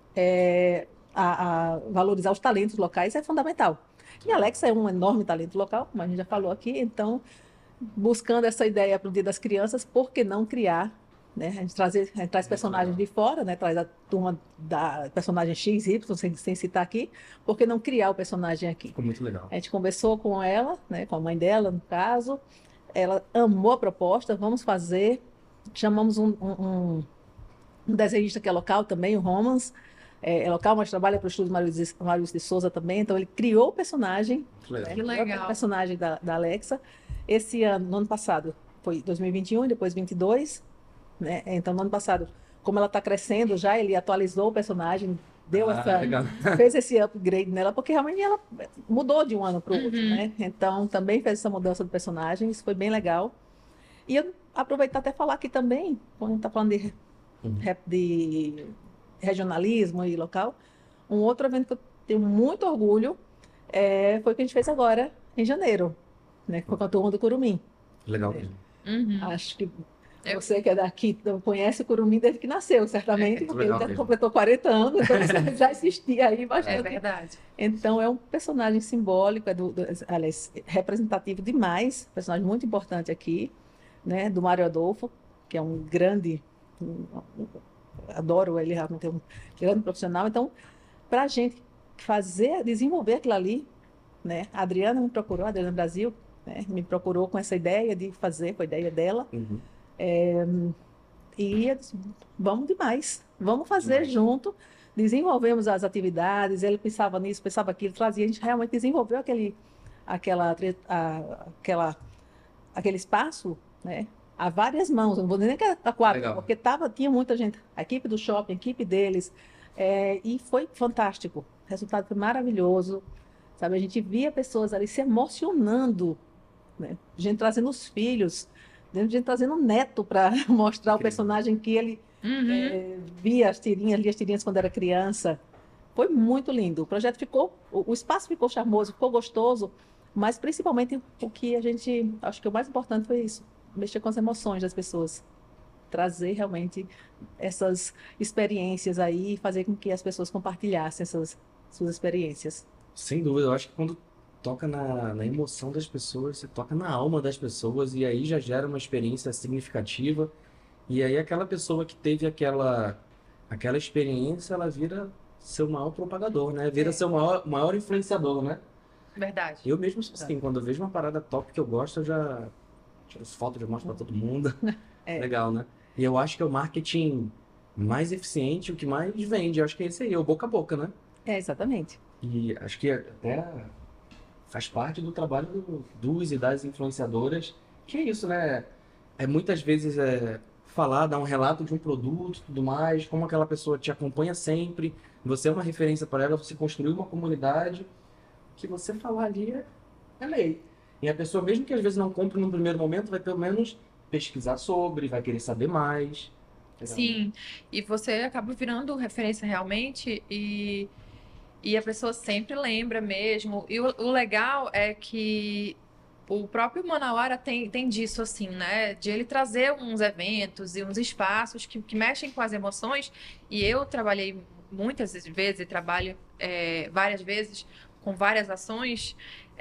[SPEAKER 3] valorizar os talentos locais é fundamental. E a Alexa é um enorme talento local, como a gente já falou aqui, então, buscando essa ideia para o Dia das Crianças, por que não criar, né? A gente traz personagens de fora, né? Traz a turma da personagem X, Y, sem citar aqui, por que não criar o personagem aqui?
[SPEAKER 1] Ficou muito legal.
[SPEAKER 3] A gente conversou com ela, né? Com a mãe dela, no caso, ela amou a proposta, vamos fazer, chamamos um desenhista que é local também, o Romans, é local, mas trabalha para o estúdio Mário de Souza também, então ele criou o personagem,
[SPEAKER 2] que legal.
[SPEAKER 3] O personagem da Alexa. Esse ano, no ano passado, foi 2021 e depois 2022, né? Então, no ano passado, como ela está crescendo já, ele atualizou o personagem, fez esse upgrade nela, porque realmente ela mudou de um ano para o outro, né? Então, também fez essa mudança do personagem, isso foi bem legal. E eu aproveitar até falar aqui também, quando a gente está falando de regionalismo e local, um outro evento que eu tenho muito orgulho foi o que a gente fez agora, em janeiro, né? Foi com a turma do Curumim.
[SPEAKER 1] Legal.
[SPEAKER 3] Acho que você que é daqui conhece o Curumim desde que nasceu, certamente, porque ele já completou 40 anos, então você já existia aí bastante.
[SPEAKER 2] É verdade.
[SPEAKER 3] Então, é um personagem simbólico, aliás, representativo demais, personagem muito importante aqui, né? Do Mário Adolfo, que é um grande... adoro ele, realmente é um grande profissional. Então, para a gente desenvolver aquilo ali, né? A Adriana me procurou, a Adriana Brasil, né? Me procurou com essa ideia de fazer, foi a ideia dela. E eu disse, vamos demais, vamos fazer junto. Desenvolvemos as atividades, ele pensava nisso, pensava aquilo, trazia, a gente realmente desenvolveu aquele espaço, né? A várias mãos, não vou nem que a quatro, legal. Porque tinha muita gente, a equipe do shopping, a equipe deles, e foi fantástico. O resultado foi maravilhoso, sabe? A gente via pessoas ali se emocionando, né? Gente trazendo os filhos, gente trazendo o neto para mostrar o personagem que ele via as tirinhas quando era criança. Foi muito lindo. O projeto o espaço ficou charmoso, ficou gostoso, mas principalmente acho que o mais importante foi isso. Mexer com as emoções das pessoas, trazer realmente essas experiências aí, fazer com que as pessoas compartilhassem essas suas experiências.
[SPEAKER 1] Sem dúvida, eu acho que quando toca na emoção das pessoas, você toca na alma das pessoas e aí já gera uma experiência significativa e aí aquela pessoa que teve aquela experiência, ela vira seu maior propagador, né? Vira seu maior influenciador, né?
[SPEAKER 2] Verdade.
[SPEAKER 1] Eu mesmo, assim, quando eu vejo uma parada top que eu gosto, eu já tiro foto, já mostro pra todo mundo. Legal, né? E eu acho que é o marketing mais eficiente, o que mais vende. Eu acho que é esse aí, o boca a boca, né?
[SPEAKER 3] Exatamente.
[SPEAKER 1] E acho que até faz parte do trabalho dos e das influenciadoras, que é isso, né? Muitas vezes falar, dar um relato de um produto, tudo mais, como aquela pessoa te acompanha sempre, você é uma referência para ela, você construiu uma comunidade, que você falar ali é lei. E a pessoa, mesmo que às vezes não compre no primeiro momento, vai pelo menos pesquisar sobre, vai querer saber mais. Legal.
[SPEAKER 2] Sim, e você acaba virando referência realmente e a pessoa sempre lembra mesmo. E o legal é que o próprio Manauara tem disso, assim, né? De ele trazer uns eventos e uns espaços que mexem com as emoções. E eu trabalhei muitas vezes e trabalho várias vezes com várias ações.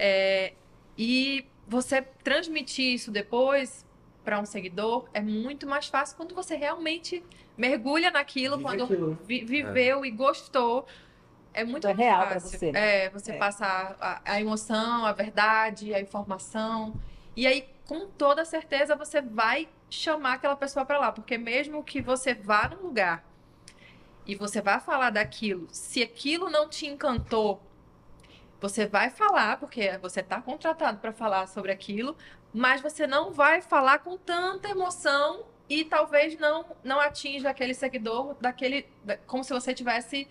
[SPEAKER 2] E você transmitir isso depois para um seguidor é muito mais fácil quando você realmente mergulha naquilo, viveu e gostou. É muito mais
[SPEAKER 3] real
[SPEAKER 2] fácil.
[SPEAKER 3] Pra você.
[SPEAKER 2] Você passar a emoção, a verdade, a informação. E aí, com toda certeza, você vai chamar aquela pessoa para lá. Porque mesmo que você vá num lugar e você vá falar daquilo, se aquilo não te encantou, você vai falar, porque você está contratado para falar sobre aquilo, mas você não vai falar com tanta emoção e talvez não atinja aquele seguidor como se você tivesse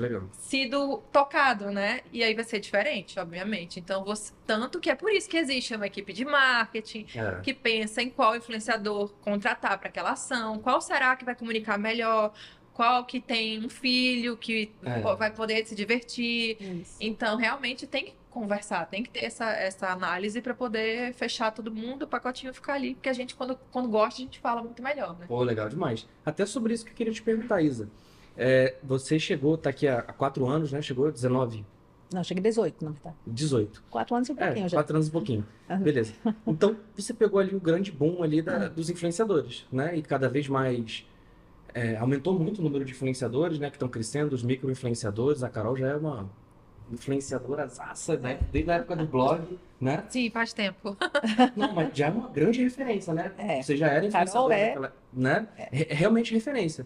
[SPEAKER 2] sido tocado, né? E aí vai ser diferente, obviamente. Então, tanto que é por isso que existe uma equipe de marketing que pensa em qual influenciador contratar para aquela ação, qual será que vai comunicar melhor, qual que tem um filho que vai poder se divertir. Isso. Então, realmente tem que conversar, tem que ter essa análise para poder fechar todo mundo, o pacotinho ficar ali, porque a gente, quando gosta, a gente fala muito melhor, né?
[SPEAKER 1] Pô, legal demais. Até sobre isso que eu queria te perguntar, Isa. Você chegou, tá aqui há 4 anos, né? Chegou 19?
[SPEAKER 3] Não, cheguei 18, não, tá?
[SPEAKER 1] 18.
[SPEAKER 3] 4 anos e um pouquinho já.
[SPEAKER 1] 4 anos e um pouquinho. Beleza. Então, você pegou ali o grande boom ali dos influenciadores, né? E cada vez mais aumentou muito o número de influenciadores, né? Que estão crescendo, os micro-influenciadores. A Carol já é uma influenciadora zaça, né? Desde a época do blog, né?
[SPEAKER 2] Sim, faz tempo.
[SPEAKER 1] Não, mas já é uma grande referência, né? Você já era influenciadora, né? Realmente referência.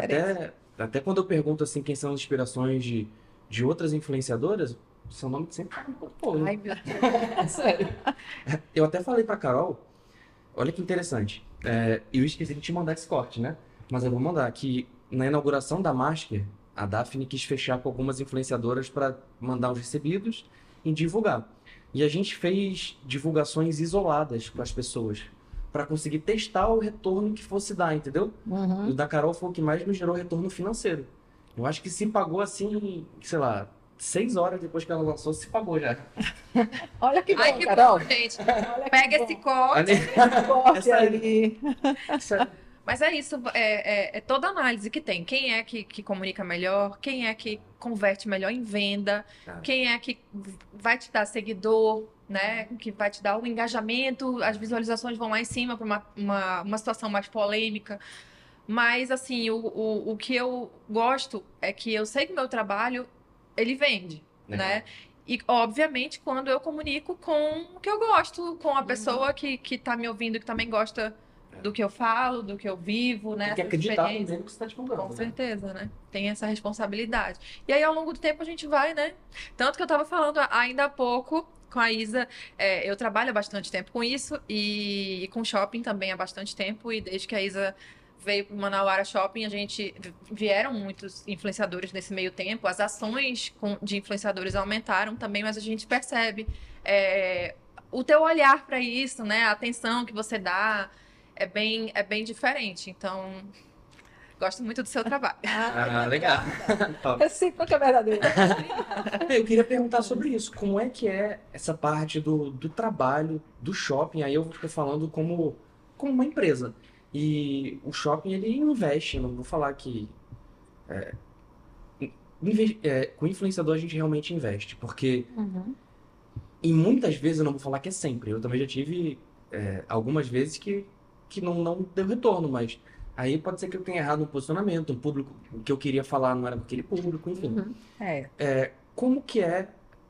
[SPEAKER 1] Até quando eu pergunto assim quem são as inspirações de outras influenciadoras, seu nome sempre fala um pouco.
[SPEAKER 2] Ai, meu Deus.
[SPEAKER 1] Sério. Eu até falei pra Carol, olha que interessante. Eu esqueci de te mandar esse corte, né? Mas eu vou mandar que na inauguração da Masker, a Daphne quis fechar com algumas influenciadoras para mandar os recebidos e divulgar. E a gente fez divulgações isoladas para as pessoas, para conseguir testar o retorno que fosse dar, entendeu?
[SPEAKER 3] Uhum.
[SPEAKER 1] E o da Carol foi o que mais me gerou retorno financeiro. Eu acho que se pagou assim, sei lá, 6 horas depois que ela lançou, se pagou já.
[SPEAKER 3] Olha que bom,
[SPEAKER 2] Ai, que
[SPEAKER 3] Carol.
[SPEAKER 2] bom, gente. Pega esse corte.
[SPEAKER 3] Corte aí.
[SPEAKER 2] Mas é isso, é toda análise que tem. Quem é que comunica melhor, quem é que converte melhor em venda, quem é que vai te dar seguidor, né? Que vai te dar o engajamento, as visualizações vão lá em cima para uma situação mais polêmica. Mas, assim, o que eu gosto é que eu sei que o meu trabalho, ele vende, né? E, obviamente, quando eu comunico com o que eu gosto, com a pessoa que tá me ouvindo, que também gosta do que eu falo, do que eu vivo, né?
[SPEAKER 1] Tem que acreditar no que você está divulgando.
[SPEAKER 2] Com certeza, né? Tem essa responsabilidade. E aí, ao longo do tempo, a gente vai, né? Tanto que eu tava falando ainda há pouco com a Isa, eu trabalho há bastante tempo com isso e com shopping também há bastante tempo. E desde que a Isa veio para o Manauara Shopping, vieram muitos influenciadores nesse meio tempo. As ações de influenciadores aumentaram também, mas a gente percebe o teu olhar para isso, né? A atenção que você dá. É bem diferente, então gosto muito do seu trabalho.
[SPEAKER 1] Legal.
[SPEAKER 3] Recíproca é verdadeira.
[SPEAKER 1] Eu queria perguntar sobre isso, como é que é essa parte do trabalho do shopping? Aí eu estou falando como uma empresa. E o shopping, ele investe, não vou falar que... com influenciador a gente realmente investe, porque... E muitas vezes, eu não vou falar que é sempre, eu também já tive algumas vezes que não deu retorno, mas aí pode ser que eu tenha errado no posicionamento, um público que eu queria falar não era com aquele público, enfim. Como que é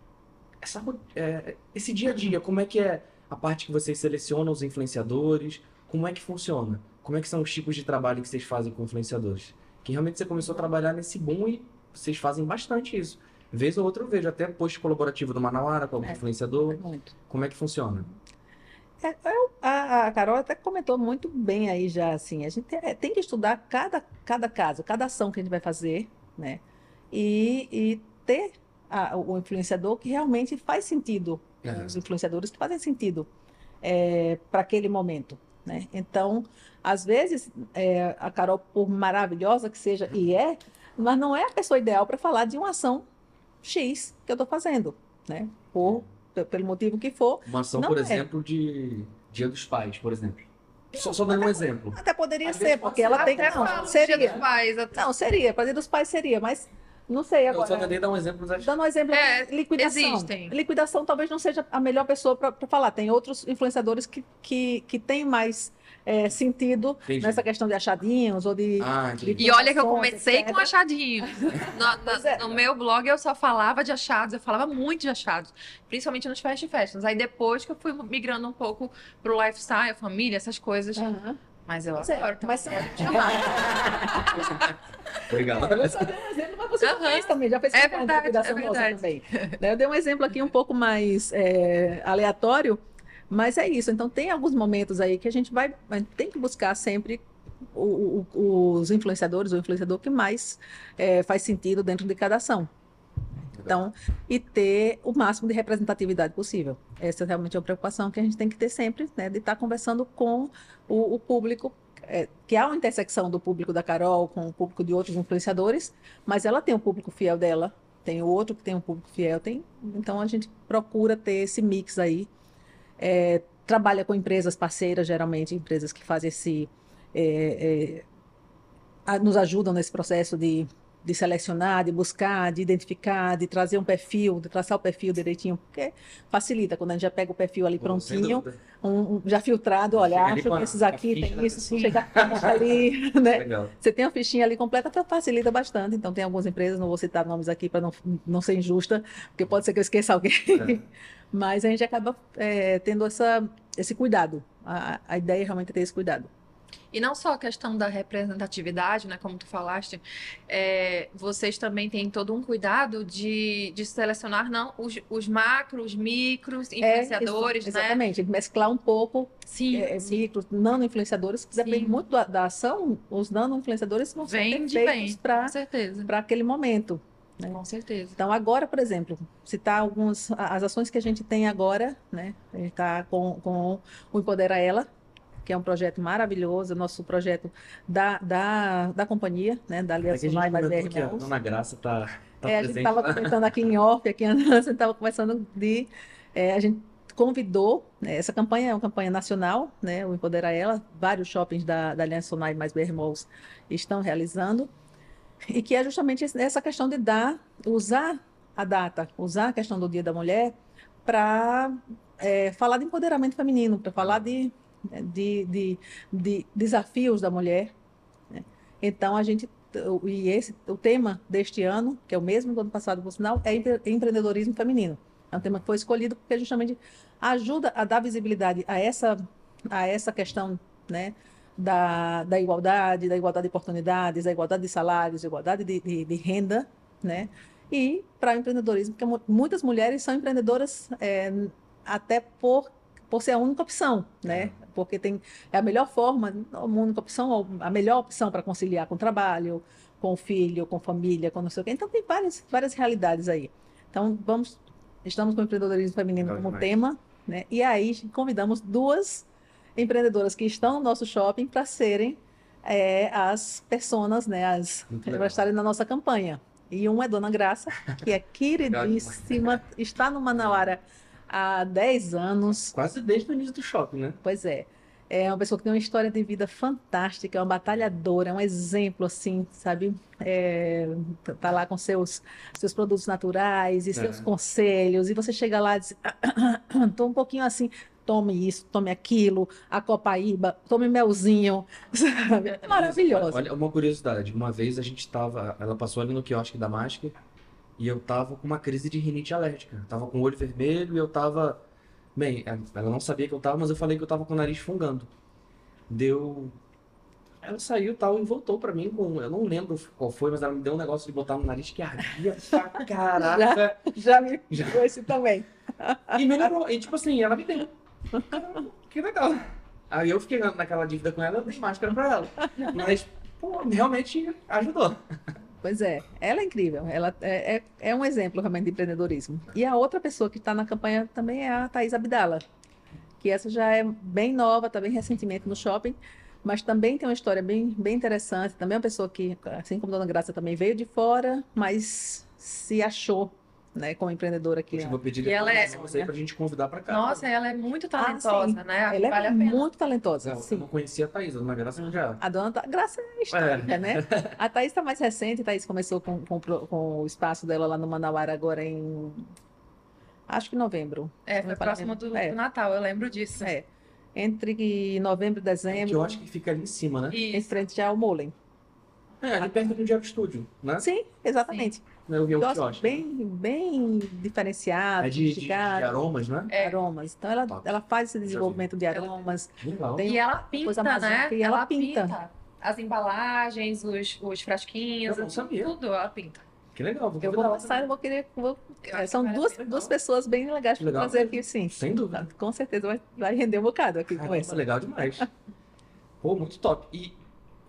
[SPEAKER 1] esse dia a dia? Como é que é a parte que vocês selecionam os influenciadores? Como é que funciona? Como é que são os tipos de trabalho que vocês fazem com influenciadores? Que realmente você começou a trabalhar nesse boom e vocês fazem bastante isso. Vez ou outra eu vejo até post colaborativo do Manauara com algum influenciador.
[SPEAKER 3] Muito.
[SPEAKER 1] Como é que funciona?
[SPEAKER 3] A Carol até comentou muito bem aí já, assim, a gente tem que estudar cada caso, cada ação que a gente vai fazer, né? E ter o influenciador que realmente faz sentido, os influenciadores que fazem sentido para aquele momento, né? Então, às vezes, a Carol, por maravilhosa que seja, mas não é a pessoa ideal para falar de uma ação X que eu estou fazendo, né? Pelo motivo que for.
[SPEAKER 1] Uma ação, por exemplo, de Dia dos Pais, por exemplo. Só dando um exemplo.
[SPEAKER 3] Até poderia ser, porque ela tem... Não, seria.
[SPEAKER 2] Dia dos Pais,
[SPEAKER 3] não, seria. Para Dia dos Pais seria, mas não sei agora.
[SPEAKER 1] Eu só tentei dar um exemplo.
[SPEAKER 3] Dando um exemplo, liquidação.
[SPEAKER 2] Existem.
[SPEAKER 3] Liquidação talvez não seja a melhor pessoa para falar. Tem outros influenciadores que têm mais sentido nessa questão de achadinhos ou de...
[SPEAKER 2] E olha que eu comecei com achadinhos. No meu blog eu só falava de achados, eu falava muito de achados, principalmente nos fast fashions. Aí depois que eu fui migrando um pouco pro lifestyle, família, essas coisas. Mas eu adoro.
[SPEAKER 3] Mas são
[SPEAKER 1] Obrigado.
[SPEAKER 3] Eu só dei um exemplo, mas você já fez também, já fez liquidação nossa também. Eu dei um exemplo aqui um pouco mais aleatório, mas é isso. Então tem alguns momentos aí que a gente tem que buscar sempre os influenciadores, o influenciador que mais faz sentido dentro de cada ação. Então, e ter o máximo de representatividade possível. Essa é realmente uma preocupação que a gente tem que ter sempre, né, de estar conversando com o público, que há uma intersecção do público da Carol com o público de outros influenciadores, mas ela tem um público fiel dela, tem o outro que tem um público fiel, então a gente procura ter esse mix aí. Trabalha com empresas parceiras, geralmente empresas que fazem nos ajudam nesse processo de selecionar, de buscar, de identificar, de trazer um perfil, de traçar o perfil direitinho, porque facilita quando a gente já pega o perfil ali prontinho, já filtrado, olha, acho que esses aqui tem isso, chega ali, né? Legal. Você tem uma fichinha ali completa, facilita bastante. Então tem algumas empresas, não vou citar nomes aqui para não ser injusta, porque pode ser que eu esqueça alguém, mas a gente acaba tendo esse cuidado. A ideia realmente é ter esse cuidado.
[SPEAKER 2] E não só a questão da representatividade, né, como tu falaste, vocês também têm todo um cuidado de selecionar não os macros, micros, influenciadores,
[SPEAKER 3] isso, exatamente, né? Mesclar um pouco micros, nano-influenciadores, que depende muito da ação, os nano-influenciadores vão ser perfeitos para aquele momento. Né?
[SPEAKER 2] Com certeza.
[SPEAKER 3] Então, agora, por exemplo, citar as ações que a gente tem agora, né? A gente está com o Empodera Ela, que é um projeto maravilhoso, nosso projeto da companhia, né, da Aliança Sonai mais BR
[SPEAKER 1] A Dona Graça está presente.
[SPEAKER 3] A gente estava comentando aqui em off, aqui a gente estava conversando a gente convidou, né, essa campanha é uma campanha nacional, né, o Empodera Ela, vários shoppings da Aliança Sonai mais BR Malls estão realizando, e que é justamente essa questão de usar a data, usar a questão do Dia da Mulher para falar de empoderamento feminino, para falar de desafios da mulher, né? Então o tema deste ano, que é o mesmo do ano passado, por sinal, é empreendedorismo feminino. É um tema que foi escolhido porque justamente ajuda a dar visibilidade a essa questão, né, da igualdade de oportunidades, da igualdade de salários, da igualdade de renda, né? E para o empreendedorismo, porque muitas mulheres são empreendedoras até por ser a única opção, né? Porque é a melhor forma, a única opção, ou a melhor opção para conciliar com o trabalho, com o filho, com família, com não sei o quê. Então, tem várias realidades aí. Então, estamos com o empreendedorismo feminino como tema, né? E aí, convidamos 2 empreendedoras que estão no nosso shopping para serem as personas, né? Para estarem na nossa campanha. E uma é Dona Graça, que é queridíssima, está no Manauara há 10 anos.
[SPEAKER 1] Quase desde o início do shopping, né?
[SPEAKER 3] Pois é. É uma pessoa que tem uma história de vida fantástica, é uma batalhadora, é um exemplo, assim, sabe? Tá lá com seus produtos naturais e seus conselhos, e você chega lá e diz, tô um pouquinho assim, tome isso, tome aquilo, a copaíba, tome melzinho, sabe? Maravilhoso.
[SPEAKER 1] Olha, uma curiosidade, uma vez ela passou ali no quiosque da Masker, e eu tava com uma crise de rinite alérgica. Eu tava com o olho vermelho e eu tava... Bem, ela não sabia que eu tava, mas eu falei que eu tava com o nariz fungando. Ela saiu e tal e voltou pra mim com... Eu não lembro qual foi, mas ela me deu um negócio de botar no nariz que ardia pra caraca.
[SPEAKER 3] Já me deu esse também.
[SPEAKER 1] E melhorou. E tipo assim, ela me deu. Que legal. Aí eu fiquei naquela dívida com ela, eu dei máscara pra ela. Mas, pô, realmente ajudou.
[SPEAKER 3] Pois é, ela é incrível, ela é um exemplo realmente de empreendedorismo. E a outra pessoa que está na campanha também é a Thaís Abdala, que essa já é bem nova, está bem recentemente no shopping, mas também tem uma história bem interessante, também é uma pessoa que, assim como a Dona Graça, também veio de fora, mas se achou, né, como empreendedora aqui.
[SPEAKER 1] Eu vou pedir você pra gente convidar para cá.
[SPEAKER 2] Nossa, ela é muito talentosa, né?
[SPEAKER 3] Ela é muito talentosa.
[SPEAKER 1] Eu não conhecia a Thaís, a Dona Graça já.
[SPEAKER 3] A Dona Graça é histórica, né? A Thaís está mais recente, a Thaís começou com o espaço dela lá no Manauara agora acho que novembro.
[SPEAKER 2] Foi próximo do Natal, eu lembro disso.
[SPEAKER 3] Entre novembro e dezembro.
[SPEAKER 1] Que eu acho que fica ali em cima, né?
[SPEAKER 3] Em frente já ao Molen.
[SPEAKER 1] Ali perto do Diário Studio, né?
[SPEAKER 3] Sim, exatamente.
[SPEAKER 1] Sim. Eu vi o
[SPEAKER 3] bem diferenciado,
[SPEAKER 1] de aromas, né?
[SPEAKER 3] Aromas. Então ela faz esse desenvolvimento de aromas.
[SPEAKER 2] E ela pinta, né?
[SPEAKER 3] E ela pinta.
[SPEAKER 2] As embalagens, os frasquinhos, tudo ela pinta.
[SPEAKER 1] Que legal.
[SPEAKER 3] Eu vou passar, eu vou querer. São duas pessoas bem legais para trazer aqui, sim.
[SPEAKER 1] Sem dúvida.
[SPEAKER 3] Com certeza vai render um bocado aqui com essa.
[SPEAKER 1] Legal demais. Pô, muito top. E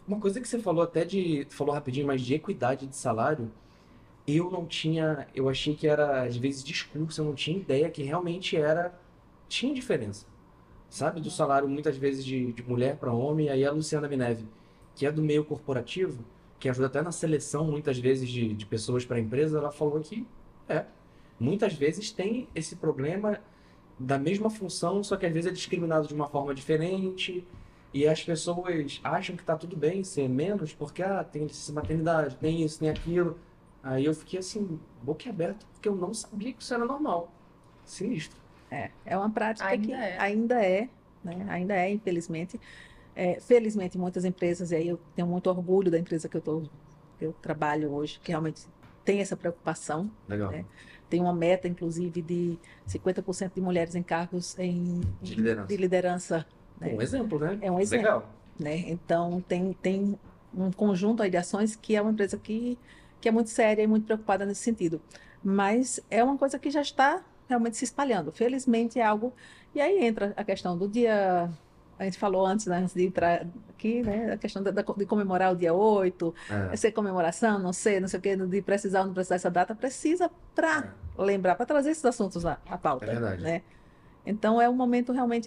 [SPEAKER 1] Uma coisa que você falou falou rapidinho, mas de equidade de salário, eu não tinha, eu achei que era, às vezes, discurso, eu não tinha ideia que realmente tinha diferença, sabe? Do salário, muitas vezes, de mulher para homem. Aí a Luciana Mineve, que é do meio corporativo, que ajuda até na seleção, muitas vezes, de pessoas para a empresa, ela falou que, muitas vezes tem esse problema da mesma função, só que às vezes é discriminado de uma forma diferente, e as pessoas acham que tá tudo bem ser menos, porque, tem licença maternidade, tem isso, tem aquilo. Aí eu fiquei assim, boquiaberto, porque eu não sabia que isso era normal. Sinistro.
[SPEAKER 3] É uma prática
[SPEAKER 2] Ainda
[SPEAKER 3] que
[SPEAKER 2] é.
[SPEAKER 3] ainda é, né? Ainda é, infelizmente. Felizmente, muitas empresas, e aí eu tenho muito orgulho da empresa que eu trabalho hoje, que realmente tem essa preocupação,
[SPEAKER 1] Legal.
[SPEAKER 3] né? Tem uma meta, inclusive, de 50% de mulheres em cargos
[SPEAKER 1] De liderança.
[SPEAKER 3] de liderança, né?
[SPEAKER 1] Um exemplo, né?
[SPEAKER 3] É um exemplo.
[SPEAKER 1] Legal.
[SPEAKER 3] Né? Então, tem um conjunto aí de ações que é uma empresa que é muito séria e muito preocupada nesse sentido. Mas é uma coisa que já está realmente se espalhando. Felizmente é algo. E aí entra a questão do dia. A gente falou antes, né, antes de entrar aqui, né? A questão de comemorar o dia 8, ser comemoração, não sei o quê, de precisar ou não precisar dessa data, precisa para lembrar, para trazer esses assuntos à pauta.
[SPEAKER 1] É verdade.
[SPEAKER 3] Né? Então é um momento realmente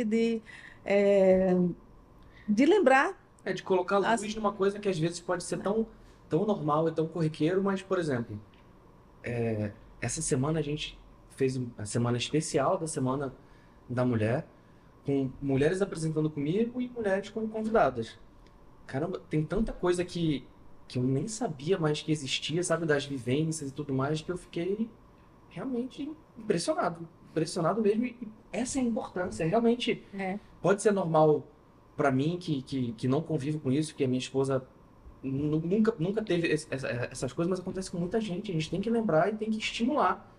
[SPEAKER 3] de lembrar.
[SPEAKER 1] De colocar luz numa coisa que às vezes pode ser tão normal e tão corriqueiro, mas, por exemplo, essa semana a gente fez a semana especial da Semana da Mulher, com mulheres apresentando comigo e mulheres como convidadas. Caramba, tem tanta coisa que eu nem sabia mais que existia, sabe, das vivências e tudo mais, que eu fiquei realmente impressionado. Impressionado mesmo, e essa é a importância. Realmente, pode ser normal para mim, que não convivo com isso, que a minha esposa nunca teve essas coisas, mas acontece com muita gente. A gente tem que lembrar e tem que estimular.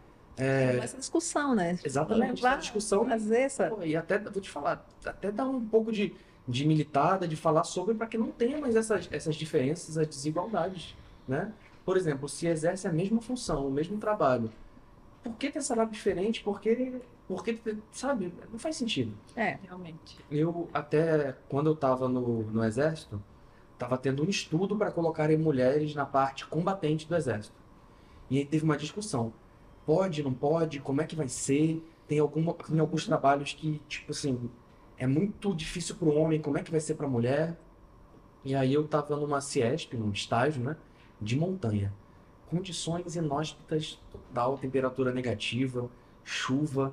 [SPEAKER 3] Essa discussão, né?
[SPEAKER 1] Exatamente, essa discussão.
[SPEAKER 3] Fazer essa...
[SPEAKER 1] E até, vou te falar, até dar um pouco de militada, de falar sobre, para que não tenha mais essas diferenças, as desigualdades, né? Por exemplo, se exerce a mesma função, o mesmo trabalho, por que ter salário diferente? Porque, sabe, não faz sentido.
[SPEAKER 2] Realmente.
[SPEAKER 1] Eu, até quando eu estava no Exército, estava tendo um estudo para colocarem mulheres na parte combatente do Exército. E aí teve uma discussão. Pode, não pode? Como é que vai ser? Tem alguns trabalhos que, tipo assim, é muito difícil para o homem, como é que vai ser para a mulher? E aí eu estava numa CIESP, num estágio, né, de montanha. Condições inóspitas, total, temperatura negativa, chuva,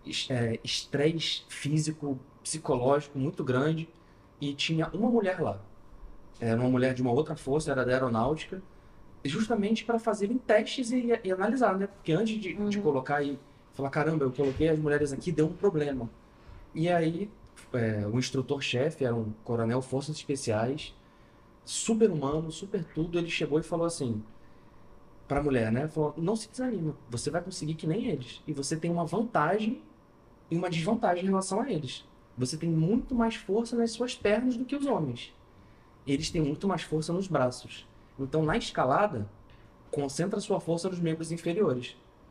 [SPEAKER 1] estresse físico, psicológico muito grande. E tinha uma mulher lá. Era uma mulher de uma outra força, era da aeronáutica, justamente para fazerem testes e analisar, né? Porque antes de colocar e falar, caramba, eu coloquei as mulheres aqui, deu um problema. E aí, o instrutor-chefe era um coronel Forças Especiais, super humano, super tudo, ele chegou e falou assim, para a mulher, né? Falou, não se desanima, você vai conseguir que nem eles. E você tem uma vantagem e uma desvantagem em relação a eles. Você tem muito mais força nas suas pernas do que os homens. Eles têm muito mais força nos braços. Então, na escalada, concentra sua força nos membros inferiores.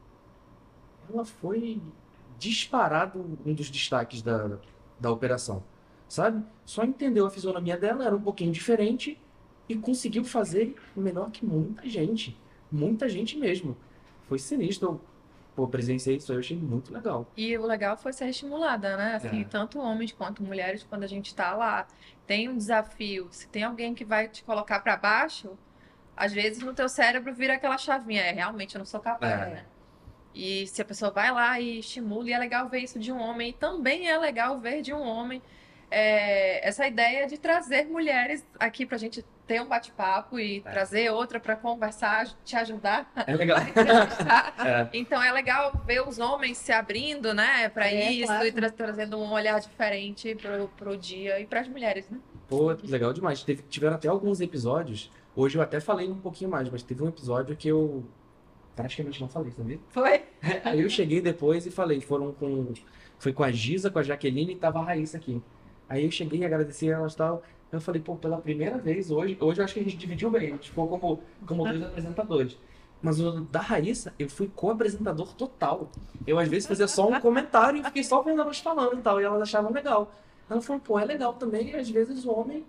[SPEAKER 1] Ela foi disparado um dos destaques da operação, sabe? Só entendeu a fisionomia dela, era um pouquinho diferente e conseguiu fazer melhor que muita gente mesmo. Foi sinistro. Pô, presenciei isso aí, eu achei muito legal.
[SPEAKER 2] E o legal foi ser estimulada, né? Assim, tanto homens quanto mulheres, quando a gente tá lá, tem um desafio. Se tem alguém que vai te colocar para baixo, às vezes no teu cérebro vira aquela chavinha, realmente eu não sou capaz, né? E se a pessoa vai lá e estimula, e é legal ver isso de um homem, e também é legal ver de um homem essa ideia de trazer mulheres aqui pra gente ter um bate-papo e trazer outra para conversar, te ajudar.
[SPEAKER 1] É legal.
[SPEAKER 2] Então é legal ver os homens se abrindo, né, para isso, claro. E trazendo um olhar diferente pro dia e para as mulheres, né?
[SPEAKER 1] Pô, legal demais. Tiveram até alguns episódios. Hoje eu até falei um pouquinho mais, mas teve um episódio que eu praticamente não falei, sabia?
[SPEAKER 2] Foi?
[SPEAKER 1] Aí eu cheguei depois e falei, foi com a Giza, com a Jaqueline e tava a Raíssa aqui. Aí eu cheguei e agradeci elas e tal. Eu falei, pô, pela primeira vez hoje eu acho que a gente dividiu bem, a gente ficou como dois apresentadores. Mas o da Raíssa, eu fui co-apresentador total. Eu às vezes fazia só um comentário e fiquei só vendo elas falando e tal, e elas achavam legal. Ela falou, pô, é legal também, e às vezes o homem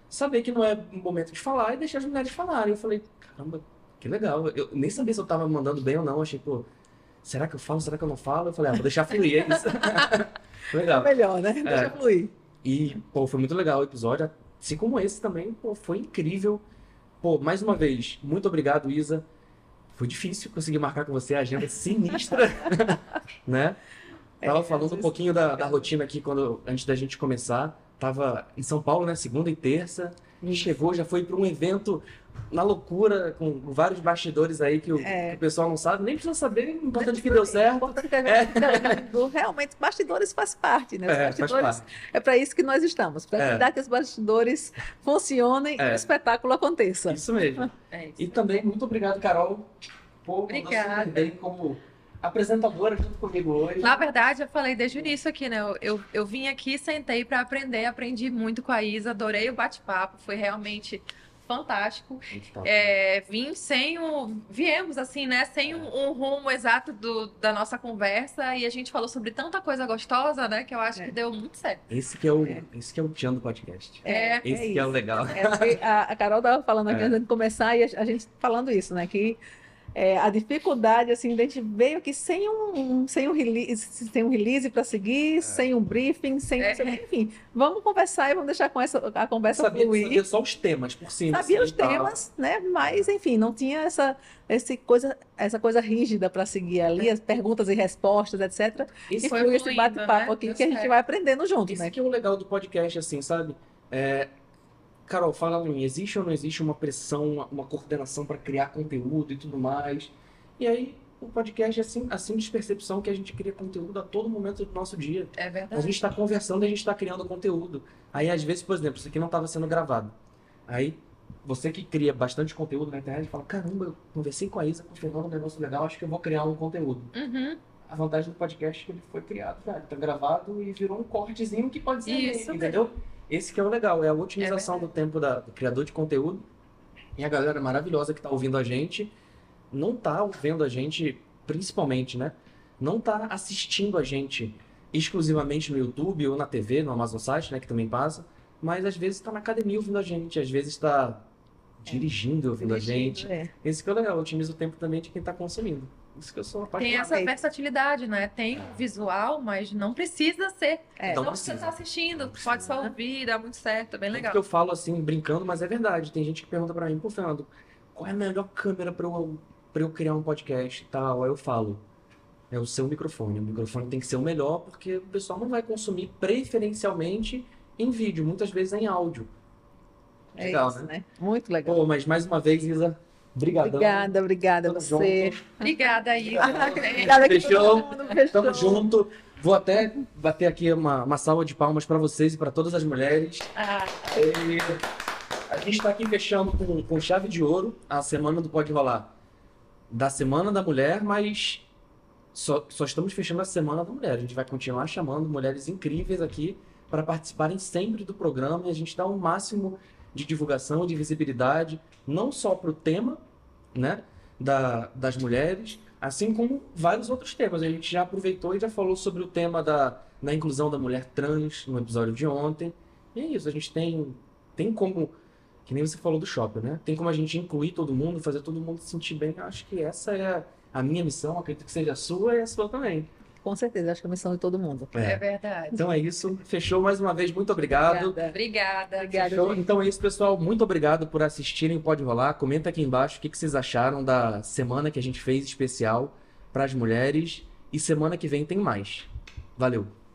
[SPEAKER 1] saber que não é o momento de falar e deixar as mulheres falarem. Eu falei, caramba, que legal. Eu nem sabia se eu tava mandando bem ou não. Achei, pô, será que eu falo? Será que eu não falo? Eu falei, vou deixar fluir, é isso. Legal.
[SPEAKER 3] É melhor, né? Deixa fluir.
[SPEAKER 1] E, pô, foi muito legal o episódio. Assim como esse também, pô, foi incrível. Pô, mais uma vez, muito obrigado, Isa. Foi difícil conseguir marcar com você a agenda sinistra, né? Tava falando um pouquinho da rotina aqui antes da gente começar. Tava em São Paulo, né? Segunda e terça. Chegou, já foi para um evento na loucura, com vários bastidores aí que o pessoal não sabe. Nem precisa saber, o importante é que deu certo.
[SPEAKER 3] Realmente, bastidores faz parte, né? Os bastidores,
[SPEAKER 1] faz parte.
[SPEAKER 3] É para isso que nós estamos, para cuidar que os bastidores funcionem e o espetáculo aconteça.
[SPEAKER 1] Isso mesmo. E também, muito obrigado, Carol. Pô,
[SPEAKER 2] obrigada.
[SPEAKER 1] Bem como apresentadora junto comigo hoje.
[SPEAKER 2] Na verdade, eu falei desde o início aqui, né? Eu vim aqui, sentei para aprender, aprendi muito com a Isa, adorei o bate-papo, foi realmente fantástico. Viemos assim, né? Sem um rumo exato da nossa conversa e a gente falou sobre tanta coisa gostosa, né? Que eu acho que deu muito certo.
[SPEAKER 1] Esse que é o tchan do podcast. Esse que é o legal.
[SPEAKER 3] A Carol estava falando aqui antes de começar e a gente falando isso, né? Que a dificuldade, assim, a gente veio aqui sem um release para seguir, sem um briefing, enfim, vamos conversar e vamos deixar a conversa fluir.
[SPEAKER 1] Sabia só os temas por cima.
[SPEAKER 3] Sabia os temas, né? Mas, enfim, não tinha essa coisa rígida para seguir ali, as perguntas e respostas, etc.
[SPEAKER 1] Isso
[SPEAKER 3] foi esse bate-papo aqui que a gente vai aprendendo junto,
[SPEAKER 1] Isso
[SPEAKER 3] né?
[SPEAKER 1] que é o legal do podcast, assim, sabe? Carol, fala pra mim, existe ou não existe uma pressão, uma coordenação para criar conteúdo e tudo mais? E aí, o podcast é assim de percepção que a gente cria conteúdo a todo momento do nosso dia.
[SPEAKER 2] É verdade.
[SPEAKER 1] A gente está conversando e a gente está criando conteúdo. Aí, às vezes, por exemplo, isso aqui não estava sendo gravado. Aí, você que cria bastante conteúdo na internet, fala, caramba, eu conversei com a Isa, confirmou um negócio legal, acho que eu vou criar um conteúdo.
[SPEAKER 2] Uhum.
[SPEAKER 1] A vantagem do podcast é que ele foi criado, cara, tá gravado e virou um cortezinho que pode ser
[SPEAKER 2] isso,
[SPEAKER 1] entendeu? Esse que é o legal, é a otimização do tempo do criador de conteúdo. E a galera maravilhosa que tá ouvindo a gente, não tá vendo a gente, principalmente, né? Não tá assistindo a gente exclusivamente no YouTube ou na TV, no Amazon Site, né? Que também passa. Mas às vezes tá na academia ouvindo a gente, às vezes tá dirigindo ouvindo a gente. Esse que é o legal, otimiza o tempo também de quem tá consumindo. Isso que eu sou apaixonado.
[SPEAKER 2] Tem essa versatilidade, né? Tem visual, mas não precisa ser.
[SPEAKER 1] Não
[SPEAKER 2] precisa estar assistindo, pode só ouvir, dá muito certo, bem legal.
[SPEAKER 1] Que eu falo assim, brincando, mas é verdade. Tem gente que pergunta pra mim, pô, Fernando, qual é a melhor câmera pra eu criar um podcast e tal? Aí eu falo, é o seu microfone. O microfone tem que ser o melhor, porque o pessoal não vai consumir preferencialmente em vídeo, muitas vezes em áudio. Legal,
[SPEAKER 3] isso, né? Muito legal.
[SPEAKER 1] Pô, mas mais uma vez, Isa, obrigadão.
[SPEAKER 3] Obrigada a você.
[SPEAKER 2] Obrigada, Isa.
[SPEAKER 3] Obrigada aqui
[SPEAKER 1] Fechou? Tamo junto. Vou até bater aqui uma salva de palmas para vocês e para todas as mulheres. A gente está aqui fechando com chave de ouro a semana do Pode Rolar da Semana da Mulher, mas só estamos fechando a Semana da Mulher. A gente vai continuar chamando mulheres incríveis aqui para participarem sempre do programa e a gente dá o máximo de divulgação, de visibilidade, não só para o tema, né, das mulheres, assim como vários outros temas. A gente já aproveitou e já falou sobre o tema da inclusão da mulher trans no episódio de ontem. E é isso, a gente tem como, que nem você falou do shopping, né? Tem como a gente incluir todo mundo, fazer todo mundo se sentir bem. Eu acho que essa é a minha missão, acredito que seja a sua e a sua também.
[SPEAKER 3] Com certeza, acho que é a missão de todo mundo.
[SPEAKER 2] É verdade.
[SPEAKER 1] Então é isso. Fechou mais uma vez. Muito obrigado.
[SPEAKER 2] Obrigada.
[SPEAKER 1] Fechou? Então é isso, pessoal. Muito obrigado por assistirem o Pode Rolar. Comenta aqui embaixo o que vocês acharam da semana que a gente fez especial para as mulheres. E semana que vem tem mais. Valeu.